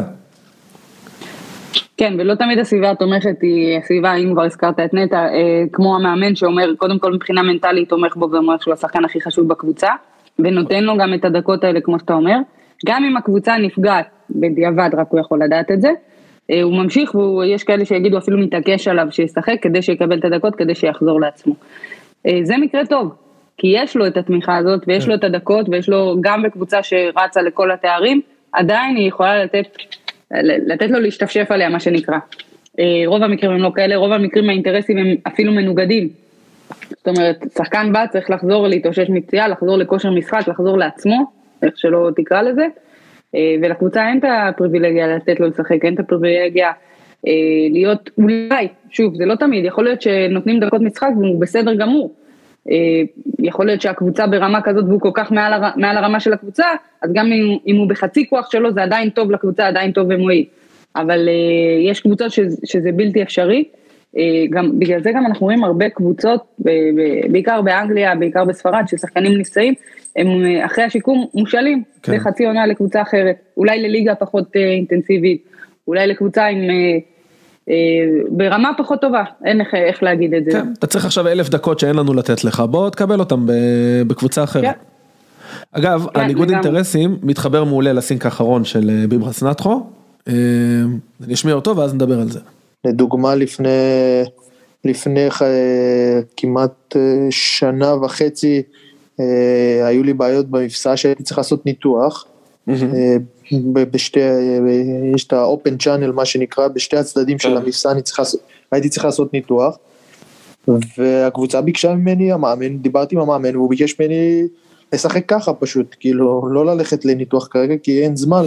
כן, ולא תמיד הסביבה התומכת היא הסביבה, אם כבר הזכרת את נטע, אה, כמו המאמן שאומר, קודם כל מבחינה מנטלית תומך בו ואומר שהוא השחקן הכי חשוב בקבוצה, ונותן לו גם את הדקות האלה כמו שאתה אומר, גם אם הקבוצה נפגעת בדיעבד, רק הוא יכול לדעת את זה, אה, הוא ממשיך ויש כאלה שיגידו אפילו מתעקש עליו שישחק כדי שיקבל את הדקות, כדי שיחזור לעצמו. אה, זה מקרה טוב, כי יש לו את התמיכה הזאת ויש לו את הדקות ויש לו גם בקבוצה שרצה לכל התארים, עדיין היא יכולה לתת לתת לו להשתפשף עליה, מה שנקרא. רוב המקרים הם לא כאלה, רוב המקרים האינטרסים הם אפילו מנוגדים. זאת אומרת, שחקן בא צריך לחזור להתאושש מפציעה, לחזור לכושר משחק, לחזור לעצמו, איך שלא תקרא לזה, ולקבוצה אין את הפריבילגיה לתת לו לשחק, אין את הפריבילגיה להיות, אולי, שוב, זה לא תמיד, יכול להיות שנותנים דקות משחק והוא בסדר גמור, יכול להיות שהקבוצה ברמה כזאת והוא כל כך מעל, הר... מעל הרמה של הקבוצה, אז גם אם, אם הוא בחצי כוח שלו זה עדיין טוב לקבוצה, עדיין טוב ומועיל, אבל uh, יש קבוצות ש... שזה בלתי אפשרי, uh, גם, בגלל זה גם אנחנו רואים הרבה קבוצות, ב... ב... בעיקר באנגליה, בעיקר בספרד, ששחקנים נפצעים, הם uh, אחרי השיקום מושאלים, כן. לחצי עונה לקבוצה אחרת, אולי לליגה פחות uh, אינטנסיבית, אולי לקבוצה עם... Uh, ברמה פחות טובה, אין איך, איך להגיד את זה. כן, אתה צריך עכשיו אלף דקות שאין לנו לתת לך, בוא תקבל אותם בקבוצה אחרת. כן. אגב, כן, הניגוד וגם... אינטרסים מתחבר מעולה לסינק האחרון של ביברס נטחו, אני אשמיע אותו ואז נדבר על זה. לדוגמה, לפני, לפני כמעט שנה וחצי, היו לי בעיות במפסע שהייתי צריך לעשות ניתוח, בשתי, יש את האופן צ'אנל מה שנקרא, בשתי הצדדים של המפסע הייתי צריך לעשות ניתוח, והקבוצה ביקשה ממני, המאמן, דיברתי עם המאמן, והוא ביקש ממני לשחק ככה פשוט, כאילו לא ללכת לניתוח כרגע, כי אין זמן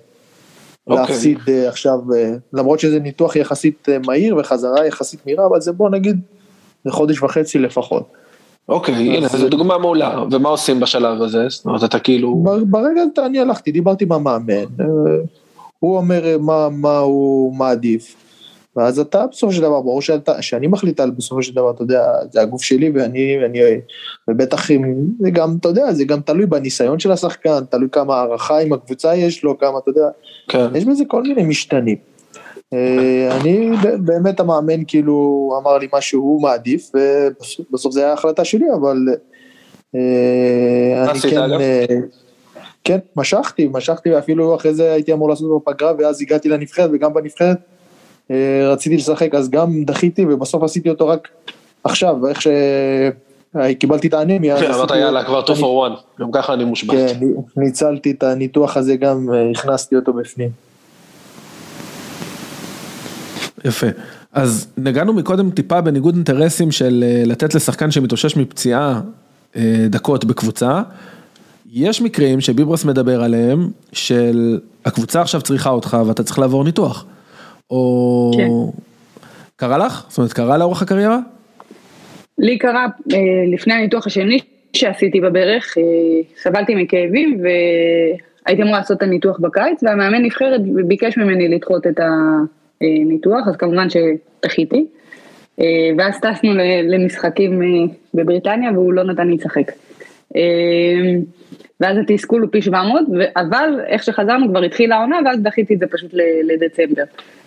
להפסיד עכשיו, למרות שזה ניתוח יחסית מהיר וחזרה יחסית מהירה, אבל זה בוא נגיד לחודש וחצי לפחות. אוקיי, הנה, זו דוגמה מעולה, ומה עושים בשלב הזה? זאת אומרת, אתה כאילו... ברגע אני הלכתי, דיברתי עם המאמן, הוא אומר מה הוא מעדיף, ואז אתה בסופו של דבר, ברור שאני מחליט על בסופו של דבר, אתה יודע, זה הגוף שלי, ואני, ובטח, זה גם, אתה יודע, זה גם תלוי בניסיון של השחקן, תלוי כמה הערכה עם הקבוצה יש לו, כמה, אתה יודע, יש בזה כל מיני משתנים. אני באמת המאמן כאילו אמר לי מה שהוא מעדיף, ובסוף זה היה החלטה שלי, אבל אני כן, כן, משכתי, משכתי, ואפילו אחרי זה הייתי אמור לעשות בפגרה, ואז הגעתי לנבחרת, וגם בנבחרת רציתי לשחק, אז גם דחיתי, ובסוף עשיתי אותו רק עכשיו, איך שקיבלתי את האנמיה. כן, אמרת יאללה, כבר two for one, גם ככה אני מושבת. כן, ניצלתי את הניתוח הזה, גם הכנסתי אותו בפנים. יפה, אז נגענו מקודם טיפה בניגוד אינטרסים של לתת לשחקן שמתאושש מפציעה דקות בקבוצה, יש מקרים שביברס מדבר עליהם, של הקבוצה עכשיו צריכה אותך ואתה צריך לעבור ניתוח, או כן. קרה לך? זאת אומרת, קרה לאורך הקריירה? לי קרה לפני הניתוח השני שעשיתי בברך, סבלתי מכאבים והייתי אמורה לעשות את הניתוח בקיץ, והמאמן נבחרת ביקש ממני לדחות את ה... ניתוח, אז כמובן שתחיתי, ואז טסנו למשחקים בבריטניה, והוא לא נתן לי לשחק. ואז התסכול הוא פי שבע מאות, אבל איך שחזרנו כבר התחילה העונה, ואז דחיתי את זה פשוט לדצמבר.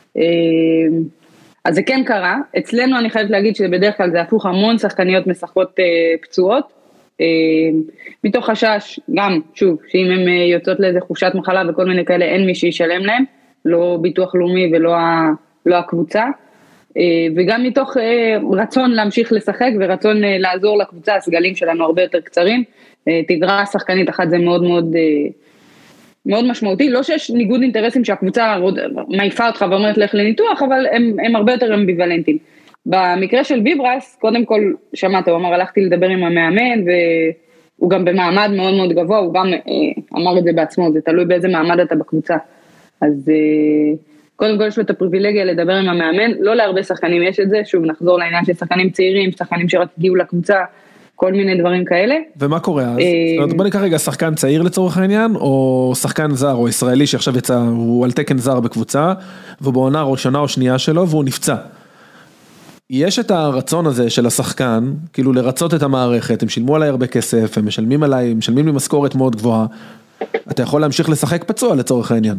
אז זה כן קרה, אצלנו אני חייבת להגיד שבדרך כלל זה הפוך, המון שחקניות משחקות פצועות, מתוך חשש, גם, שוב, שאם הן יוצאות לאיזה חופשת מחלה וכל מיני כאלה, אין מי שישלם להם, לא ביטוח לאומי ולא לא הקבוצה, וגם מתוך רצון להמשיך לשחק ורצון לעזור לקבוצה, הסגלים שלנו הרבה יותר קצרים, תגרה שחקנית אחת זה מאוד מאוד, מאוד משמעותי, לא שיש ניגוד אינטרסים שהקבוצה מעיפה אותך ואומרת לך לניתוח, אבל הם, הם הרבה יותר אמביוולנטיים. במקרה של ביברס, קודם כל שמעת, הוא אמר, הלכתי לדבר עם המאמן, הוא גם במעמד מאוד מאוד גבוה, הוא גם אמר את זה בעצמו, זה תלוי באיזה מעמד אתה בקבוצה. אז קודם כל יש לו את הפריבילגיה לדבר עם המאמן, לא להרבה שחקנים יש את זה, שוב נחזור לעניין של שחקנים צעירים, שחקנים שרק הגיעו לקבוצה, כל מיני דברים כאלה. ומה קורה אז? זאת אומרת, בוא ניקח רגע שחקן צעיר לצורך העניין, או שחקן זר, או ישראלי שעכשיו יצא, הוא על תקן זר בקבוצה, ובעונה ראשונה או שנייה שלו, והוא נפצע. יש את הרצון הזה של השחקן, כאילו לרצות את המערכת, הם שילמו עליי הרבה כסף, הם משלמים עליי, הם משלמים לי משכורת מאוד גבוהה, אתה יכול להמשיך לשחק פצוע לצורך העניין.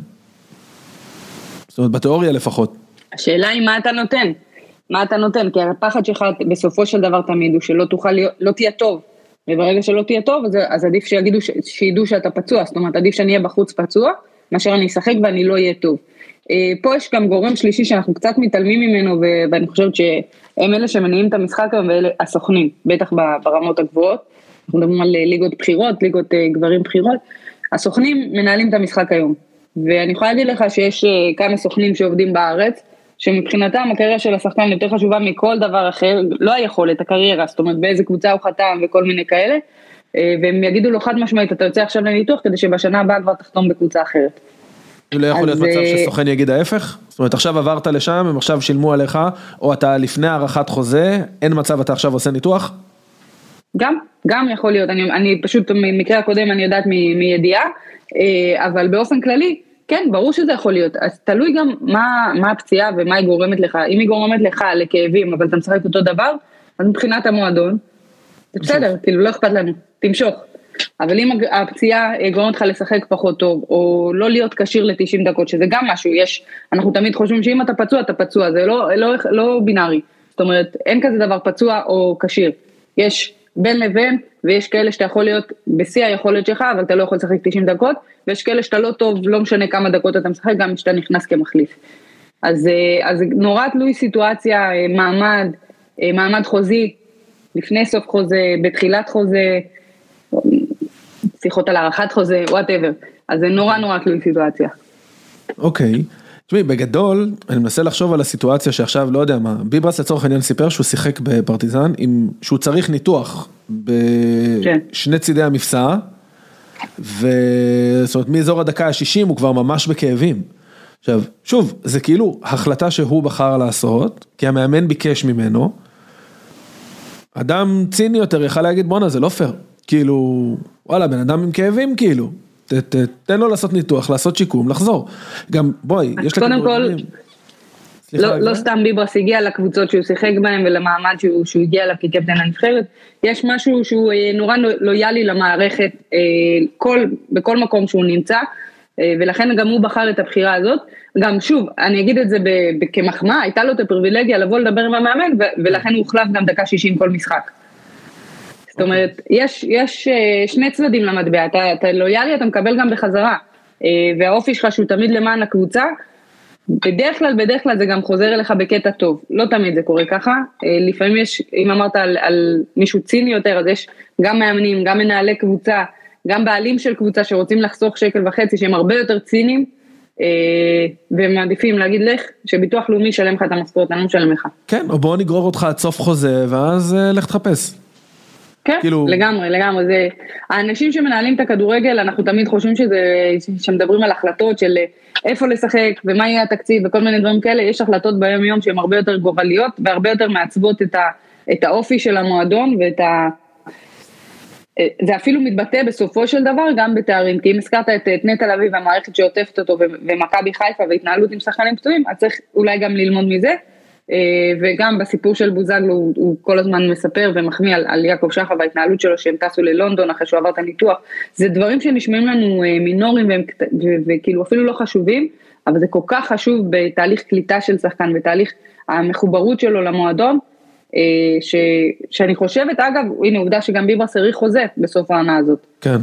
זאת אומרת, בתיאוריה לפחות. השאלה היא מה אתה נותן, מה אתה נותן, כי הפחד שלך בסופו של דבר תמיד הוא שלא תוכל, לא תהיה טוב, וברגע שלא תהיה טוב, אז, אז עדיף שיגידו, שידעו שאתה פצוע, זאת אומרת, עדיף שאני אהיה בחוץ פצוע, מאשר אני אשחק ואני לא אהיה טוב. פה יש גם גורם שלישי שאנחנו קצת מתעלמים ממנו, ואני חושבת שהם אלה שמניעים את המשחק היום, ואלה הסוכנים, בטח ברמות הגבוהות, אנחנו מדברים על ליגות בחירות, ליגות גברים בחירות, הסוכנים מנהלים את המשחק היום, ואני יכולה להגיד לך שיש כמה סוכנים שעובדים בארץ, שמבחינתם הקריירה של השחקן יותר חשובה מכל דבר אחר, לא היכולת, הקריירה, זאת אומרת באיזה קבוצה הוא חתם וכל מיני כאלה, והם יגידו לו חד משמעית, אתה יוצא עכשיו לניתוח, כדי שבשנה הבאה כבר תחתום בקבוצה אחרת. לא יכול להיות מצב שסוכן יגיד ההפך? זאת אומרת, עכשיו עברת לשם, הם עכשיו שילמו עליך, או אתה לפני הערכת חוזה, אין מצב, אתה עכשיו עושה ניתוח? גם, גם יכול להיות, אני, אני פשוט, במקרה הקודם אני יודעת מ, מידיעה, אבל באופן כללי, כן, ברור שזה יכול להיות, אז תלוי גם מה, מה הפציעה ומה היא גורמת לך, אם היא גורמת לך לכאבים, אבל אתה משחק אותו דבר, אז מבחינת המועדון, זה בסדר, כאילו לא אכפת לנו, תמשוך. אבל אם הפציעה גורמת לך לשחק פחות טוב, או לא להיות קשיר ל-תשעים דקות, שזה גם משהו, יש, אנחנו תמיד חושבים שאם אתה פצוע, אתה פצוע, זה לא, לא, לא בינארי, זאת אומרת, אין כזה דבר פצוע או קשיר, יש בין לבין, ויש כאלה שאתה יכול להיות בשיא היכולת שלך, אבל אתה לא יכול לשחק תשעים דקות, ויש כאלה שאתה לא טוב, לא משנה כמה דקות אתה משחק, גם שאתה נכנס כמחליף. אז, אז נורא תלוי סיטואציה, מעמד, מעמד חוזי, לפני סוף חוזה, בתחילת חוזה, שיחות על הערכת חוזה, whatever. אז זה נורא נורא תלוי סיטואציה. אוקיי. תשמעי, בגדול, אני מנסה לחשוב על הסיטואציה שעכשיו, לא יודע מה, ביברס לצורך העניין סיפר שהוא שיחק בפרטיזן, עם, שהוא צריך ניתוח בשני צידי המפסע, וזאת אומרת, מאזור הדקה ה-שישים הוא כבר ממש בכאבים. עכשיו, שוב, זה כאילו החלטה שהוא בחר לעשות, כי המאמן ביקש ממנו, אדם ציני יותר יכל להגיד, בונה, זה לא פייר. כאילו, וואלה, בן אדם עם כאבים, כאילו. ת, ת, תן לו לעשות ניתוח, לעשות שיקום, לחזור. גם, בואי, יש לכם... קודם כל, לא, לא סתם ביברס הגיע לקבוצות שהוא שיחק בהם, ולמעמד שהוא, שהוא הגיע לה כקפטן הנבחרת, יש משהו שהוא נורא לויאלי למערכת, כל, בכל מקום שהוא נמצא, ולכן גם הוא בחר את הבחירה הזאת. גם שוב, אני אגיד את זה כמחמאה, הייתה לו את הפריבילגיה לבוא לדבר עם המאמן, ולכן הוא הוחלף גם דקה שישים כל משחק. זאת אומרת, יש, יש שני צדדים למטבע, אתה, אתה לויאלי, אתה מקבל גם בחזרה, והאופי שלך שהוא תמיד למען הקבוצה, בדרך כלל, בדרך כלל זה גם חוזר אליך בקטע טוב, לא תמיד זה קורה ככה, לפעמים יש, אם אמרת על, על מישהו ציני יותר, אז יש גם מאמנים, גם מנהלי קבוצה, גם בעלים של קבוצה שרוצים לחסוך שקל וחצי, שהם הרבה יותר ציניים, והם מעדיפים להגיד לך, שביטוח לאומי ישלם לך את המשכורת, אני לא משלם לך. כן, או בוא נגרור אותך עד סוף חוזה, ואז לך תחפש. כן, כאילו... לגמרי, לגמרי, זה, האנשים שמנהלים את הכדורגל, אנחנו תמיד חושבים שזה, שמדברים על החלטות של איפה לשחק, ומה יהיה התקציב, וכל מיני דברים כאלה, יש החלטות ביום יום שהן הרבה יותר גורליות, והרבה יותר מעצבות את, ה, את האופי של המועדון, ואת ה... זה אפילו מתבטא בסופו של דבר גם בתארים, כי אם הזכרת את, את נטע לביא והמערכת שעוטפת אותו, ומכבי חיפה והתנהלות עם שחקנים פצועים, אז צריך אולי גם ללמוד מזה, וגם בסיפור של בוזגלו הוא, הוא כל הזמן מספר ומחמיא על, על יעקב שחר וההתנהלות שלו שהם טסו ללונדון אחרי שהוא עבר את הניתוח, זה דברים שנשמעים לנו מינוריים והם, ו, וכאילו אפילו לא חשובים, אבל זה כל כך חשוב בתהליך קליטה של שחקן, בתהליך המחוברות שלו למועדון, ש, שאני חושבת, אגב, הנה עובדה שגם ביברס האריך חוזה בסוף העונה הזאת. כן.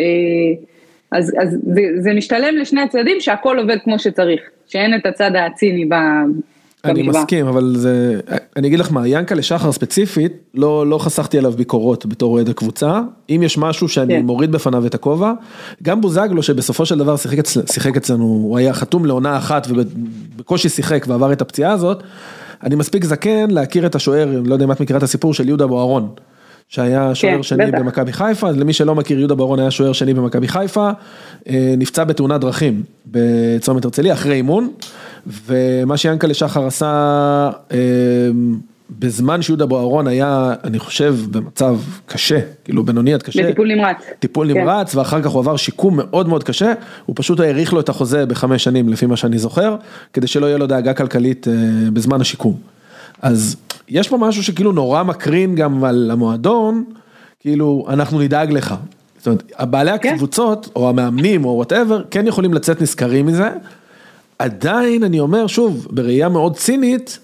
אז, אז זה, זה משתלם לשני הצדדים שהכל עובד כמו שצריך, שאין את הצד הציני ב... אני מסכים, אבל זה, אני אגיד לך מה, ינקלה שחר ספציפית, לא, לא חסכתי עליו ביקורות בתור אוהד הקבוצה, אם יש משהו שאני מוריד בפניו את הכובע, גם בוזגלו שבסופו של דבר שיחק, אצל, שיחק אצלנו, הוא היה חתום לעונה אחת ובקושי שיחק ועבר את הפציעה הזאת, אני מספיק זקן להכיר את השוער, לא יודע אם את מכירה את הסיפור של יהודה בוארון, שהיה שוער שני במכבי חיפה, למי שלא מכיר, יהודה בר-און היה שוער שני במכבי חיפה, נפצע בתאונת דרכים בצומת הרצליה, אחרי אימון, ומה שיענקל'ה שחר עשה, בזמן שיהודה בר-און היה, אני חושב, במצב קשה, כאילו בינוני עד קשה. בטיפול נמרץ. טיפול נמרץ, ואחר כך הוא עבר שיקום מאוד מאוד קשה, הוא פשוט העריך לו את החוזה בחמש שנים, לפי מה שאני זוכר, כדי שלא יהיה לו דאגה כלכלית בזמן השיקום. אז יש פה משהו שכאילו נורא מקרין גם על המועדון, כאילו אנחנו נדאג לך. זאת אומרת, הבעלי הקבוצות, או המאמנים, או whatever, כן יכולים לצאת נזכרים מזה. עדיין אני אומר, שוב, בראייה מאוד צינית,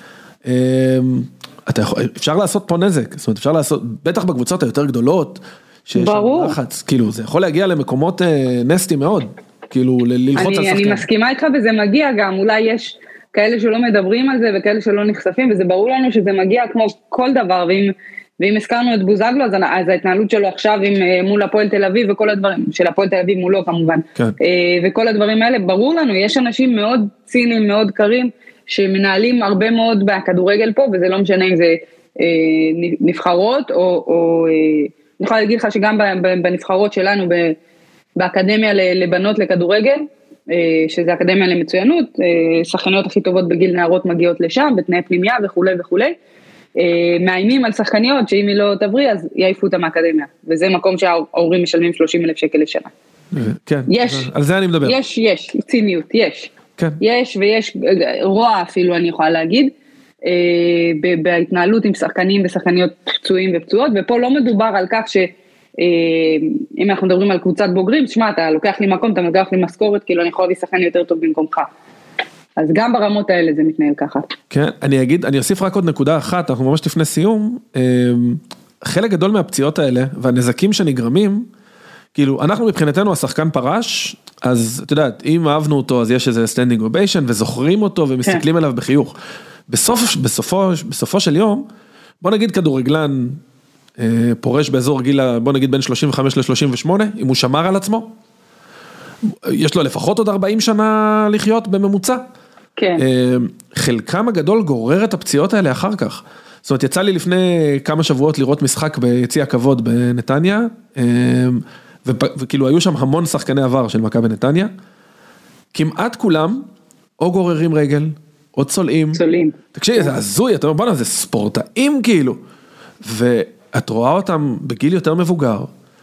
אתה יכול, אפשר לעשות פה נזק, זאת אומרת, אפשר לעשות, בטח בקבוצות היותר גדולות, שיש שם לחץ, כאילו, זה יכול להגיע למקומות נסטי מאוד, כאילו, ללחוץ על שחקן. אני מסכימה איתך, וזה מגיע גם, אולי יש כאלה שלא מדברים על זה, וכאלה שלא נחשפים, וזה ברור לנו שזה מגיע כמו כל דבר, ואם, ואם הזכרנו את בוזגלו, אז, אז ההתנהלות שלו עכשיו עם, מול הפועל תל אביב, וכל הדברים, של הפועל תל אביב מולו כמובן, כן. וכל הדברים האלה, ברור לנו, יש אנשים מאוד ציניים, מאוד קרים, שמנהלים הרבה מאוד בכדורגל פה, וזה לא משנה אם זה אה, נבחרות, או, או אה, אני יכולה להגיד לך שגם בנבחרות שלנו, באקדמיה לבנות לכדורגל, אה, שזה אקדמיה למצוינות, אה, שחקניות הכי טובות בגיל נערות מגיעות לשם, בתנאי פנימיה וכו' וכו', אה, מאיימים על שחקניות, שאם היא לא תבריא, אז יעיפו אותה מהאקדמיה, וזה מקום שההורים משלמים שלושים אלף שקל לשנה. כן, יש, על זה אני מדבר. יש, יש, ציניות, יש. כן. יש ויש רוע אפילו אני יכולה להגיד, אה, בהתנהלות עם שחקנים ושחקניות פצועים ופצועות, ופה לא מדובר על כך שאם אה, אנחנו מדברים על קבוצת בוגרים, שמה אתה לוקח לי מקום, אתה לוקח לי משכורת, כאילו אני יכול להביא שחקן יותר טוב במקומך. אז גם ברמות האלה זה מתנהל ככה. כן, אני אגיד, אני אוסיף רק עוד נקודה אחת, אנחנו ממש לפני סיום, אה, חלק גדול מהפציעות האלה, והנזקים שנגרמים, כאילו, אנחנו מבחינתנו השחקן פרש, אז את יודעת, אם אהבנו אותו, אז יש איזה סטנדינג אוביישן, וזוכרים אותו, ומסתכלים עליו בחיוך. בסוף, בסופו, בסופו של יום, בוא נגיד כדורגלן, אה, פורש באזור גיל, בוא נגיד בין שלושים וחמש ל-שלושים ושמונה, אם הוא שמר על עצמו, יש לו לפחות עוד ארבעים שנה לחיות בממוצע. כן. אה, חלקם הגדול גורר את הפציעות האלה אחר כך. זאת אומרת, יצא לי לפני כמה שבועות לראות משחק ביציע הכבוד בנתניה, אה, וכאילו היו שם המון שחקני עבר של מכבי נתניה, כמעט כולם או גוררים רגל, או צולעים. צולעים. תקשיבי, זה הזוי, אתה אומר, בוא'נה, זה ספורטאים כאילו, ואת רואה אותם בגיל יותר מבוגר,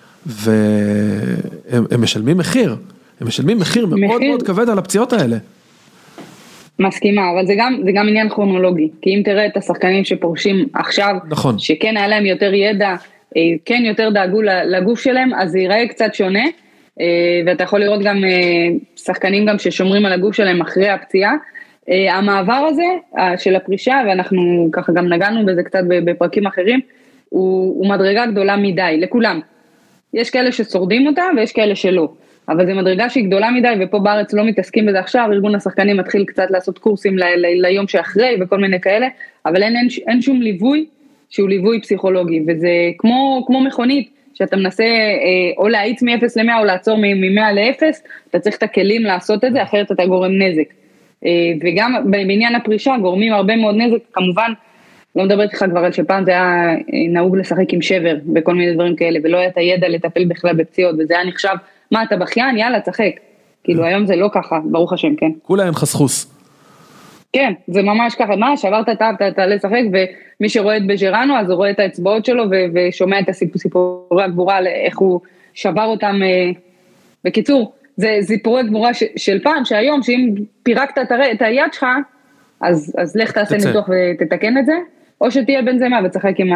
והם משלמים מחיר, הם משלמים מחיר מאוד מאוד כבד על הפציעות האלה. מסכימה, אבל זה גם, זה גם עניין כרונולוגי, כי אם תראה את השחקנים שפורשים עכשיו, נכון. שכן היה להם יותר ידע, כן יותר דאגו לגוף שלהם, אז זה ייראה קצת שונה, ואתה יכול לראות גם שחקנים גם ששומרים על הגוף שלהם אחרי הפציעה, המעבר הזה של הפרישה, ואנחנו ככה גם נגענו בזה קצת בפרקים אחרים, הוא, הוא מדרגה גדולה מדי, לכולם. יש כאלה ששורדים אותה, ויש כאלה שלא. אבל זה מדרגה שהיא גדולה מדי, ופה בארץ לא מתעסקים בזה עכשיו, ארגון השחקנים מתחיל קצת לעשות קורסים ל, ל, ליום שאחרי, וכל מיני כאלה, אבל אין, אין, אין שום ליווי, שהוא ליווי פסיכולוגי, וזה כמו, כמו מכונית, שאתה מנסה אה, או להאיץ מ-אפס ל-מאה, או לעצור מ-מאה ל-אפס, אתה צריך את הכלים לעשות את זה, אחרת אתה גורם נזק. אה, וגם בעניין הפרישה, גורמים הרבה מאוד נזק, כמובן, לא מדברת לך כבר על שפעם זה היה נהוג לשחק עם שבר, בכל מיני דברים כאלה, ולא היה את הידע לטפל בכלל בפציעות, וזה היה נחשב, מה אתה בכיין? יאללה, תשחק. כאילו היום זה לא ככה, ברוך השם, כן. כולה אין חסכוס. כן, זה ממש ככה, מה, שברת את האב, אתה לשחק, ומי שרואה את בג'רנו, אז הוא רואה את האצבעות שלו, ושומע את הסיפורי הגבורה, איך הוא שבר אותם, בקיצור, זה סיפורי גבורה של פעם, שהיום, שאם פירקת את היד שלך, אז לך תעשה ניתוח ותתקן את זה, או שתהיה בן זמה ותשחק עם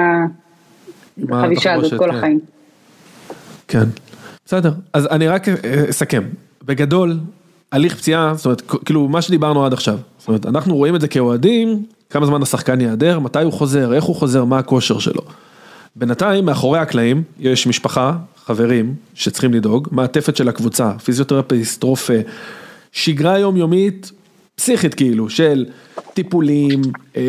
החבישה הזאת כל החיים. כן, בסדר, אז אני רק אסכם, בגדול, הליך פציעה, זאת אומרת, כאילו, מה שדיברנו עד עכשיו, זאת אומרת, אנחנו רואים את זה כאוהדים, כמה זמן השחקן יעדר, מתי הוא חוזר, איך הוא חוזר, מה הכושר שלו. בינתיים, מאחורי הקלעים, יש משפחה, חברים, שצריכים לדאוג, מעטפת של הקבוצה, פיזיותרפיסט, רופא, שגרה יומיומית, פסיכית כאילו, של טיפולים,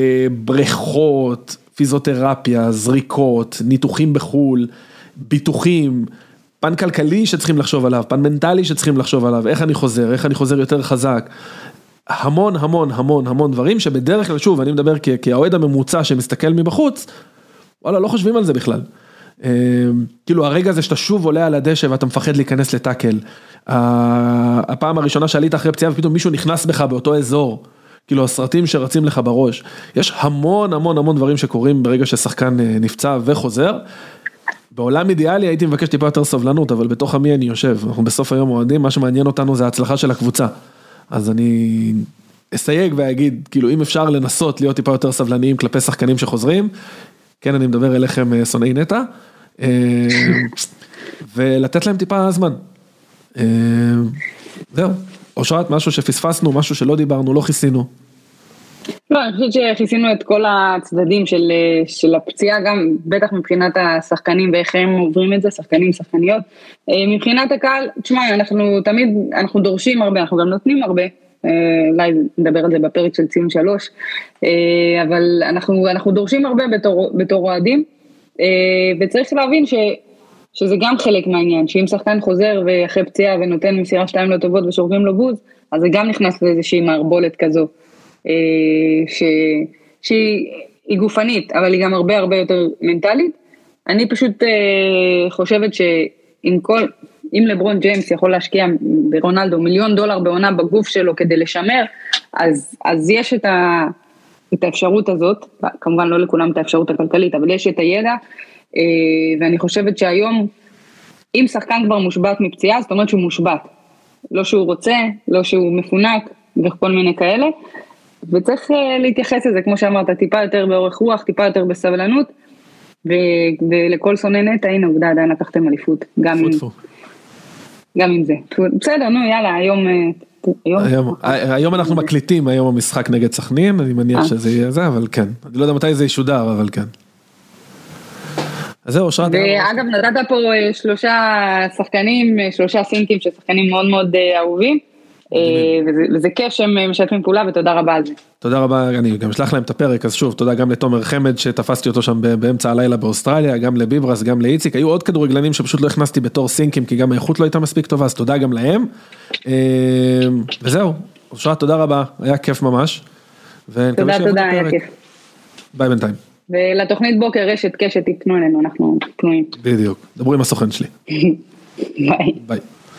בריכות, פיזיותרפיה, זריקות, ניתוחים בחול, ביטוחים, פן כלכלי שצריכים לחשוב עליו, פן מנטלי שצריכים לחשוב עליו, איך אני חוזר, איך אני חוזר יותר חזק, המון המון המון המון דברים שבדרך כלל, שוב, אני מדבר כאוהד הממוצע שמסתכל מבחוץ, וואלה, לא חושבים על זה בכלל. כאילו הרגע הזה שאתה שוב עולה על הדשא ואתה מפחד להיכנס לטאקל, הפעם הראשונה שעלית אחרי פציעה ופתאום מישהו נכנס בך באותו אזור, כאילו הסרטים שרצים לך בראש, יש המון המון המון דברים שקורים ברגע ששחקן נפצע וחוזר, בעולם אידיאלי הייתי מבקש טיפה יותר סבלנות, אבל בתוך עמי אני יושב, אנחנו בסוף היום מועדים, מה שמעניין אותנו זה ההצלחה של הקבוצה, אז אני אסייג ואגיד, כאילו אם אפשר לנסות להיות טיפה יותר סבלניים כלפי שחקנים שחוזרים, כן אני מדבר אליכם שונאי נטע, ולתת להם טיפה זמן, זהו, אושרת, משהו שפספסנו, משהו שלא דיברנו, לא כיסינו. לא, אני חושבת שכיסינו את כל הצדדים של, של הפציעה, גם בטח מבחינת השחקנים ואיך הם עוברים את זה, שחקנים, שחקניות. מבחינת הקהל, תשמע, אנחנו תמיד, אנחנו דורשים הרבה, אנחנו גם נותנים הרבה, אולי נדבר על זה בפרק של ציון שלוש, אבל אנחנו, אנחנו דורשים הרבה בתור, בתור אוהדים, וצריך להבין ש... שזה גם חלק מהעניין, שאם שחקן חוזר ואחרי פציעה ונותן מסירה שתיים לא טובות ושורקים לו בוז, אז זה גם נכנס לאיזושהי מערבולת כזו, ש... שהיא גופנית, אבל היא גם הרבה הרבה יותר מנטלית. אני פשוט חושבת שאם כל, אם לברון ג'יימס יכול להשקיע ברונלדו מיליון דולר בעונה בגוף שלו כדי לשמר, אז, אז יש את, ה... את האפשרות הזאת, כמובן לא לכולם את האפשרות הכלכלית, אבל יש את הידע, ואני חושבת שהיום, אם שחקן כבר מושבת מפציעה, זאת אומרת שהוא מושבת. לא שהוא רוצה, לא שהוא מפונק, וכל מיני כאלה. וצריך להתייחס לזה, כמו שאמרת, טיפה יותר באורך רוח, טיפה יותר בסבלנות, ולכל שונא נטע, הנה עובדה, עדיין לקחתם אליפות. גם עם, גם עם זה. בסדר, נו, יאללה, היום... היום, היום אנחנו מקליטים, היום המשחק נגד סכנין, אני מניח שזה יהיה זה, אבל כן. אני לא יודע מתי זה ישודר, אבל כן. ואגב נתת פה שלושה שחקנים, שלושה סינקים ששחקנים מאוד מאוד אהובים, וזה כיף שהם משתפים פעולה ותודה רבה על זה. תודה רבה, אני גם אשלח להם את הפרק, אז שוב תודה גם לתומר חמד שתפסתי אותו שם באמצע הלילה באוסטרליה, גם לביברס, גם לאיציק, היו עוד כדורגלנים שפשוט לא הכנסתי בתור סינקים כי גם האיכות לא הייתה מספיק טובה, אז תודה גם להם, וזהו, אושרת תודה רבה, היה כיף ממש, תודה תודה, היה כיף. ביי בינתיים. ולתוכנית בוקר רשת קשת תפנו אלינו, אנחנו פנויים. בדיוק, דברו עם הסוכן שלי. ביי. ביי.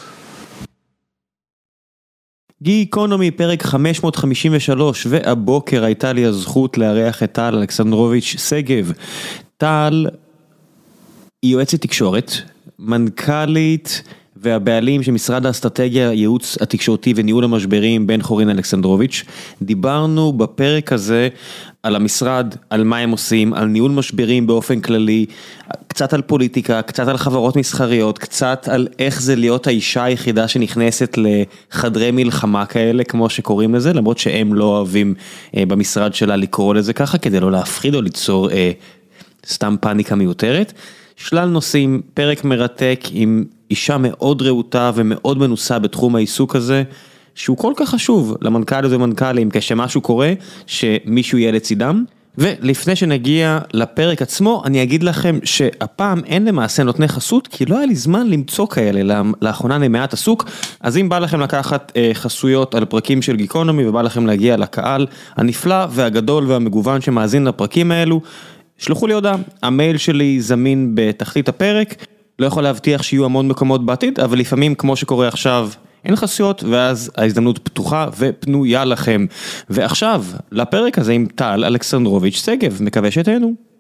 גיקונומי פרק חמש מאות חמישים ושלוש, והבוקר הייתה לי הזכות לארח את טל אלכסנדרוביץ' סגב. טל היא יועצת תקשורת, מנכ"לית והבעלים של משרד האסטרטגיה, ייעוץ התקשורתי וניהול המשברים בן חורין אלכסנדרוביץ'. דיברנו בפרק הזה על המשרד, על מה הם עושים, על ניהול משברים באופן כללי, קצת על פוליטיקה, קצת על חברות מסחריות, קצת על איך זה להיות האישה היחידה שנכנסת לחדרי מלחמה כאלה, כמו שקוראים לזה, למרות שהם לא אוהבים אה, במשרד שלה לקרוא לזה ככה, כדי לא להפחיד או ליצור אה, סתם פאניקה מיותרת. שלל נושאים, פרק מרתק עם אישה מאוד רעותה ומאוד מנוסה בתחום העיסוק הזה, שהוא כל כך חשוב למנכ"ל ומנכ"לים, כשמשהו קורה, שמישהו יהיה לצידם. ולפני שנגיע לפרק עצמו, אני אגיד לכם שהפעם אין למעשה נותני חסות, כי לא היה לי זמן למצוא כאלה, לאחרונה אני מעט עסוק, אז אם בא לכם לקחת חסויות על פרקים של גיקונומי, ובא לכם להגיע לקהל הנפלא והגדול והמגוון שמאזין לפרקים האלו, שלחו לי הודעה, המייל שלי זמין בתחתית הפרק, לא יכול להבטיח שיהיו המון מקומות בעתיד, אבל לפעמים כמו שקורה עכשיו, אין חסויות, ואז ההזדמנות פתוחה ופנויה לכם. ועכשיו, לפרק הזה עם טל אלכסנדרוביץ' סגב, מקווה שתהנו.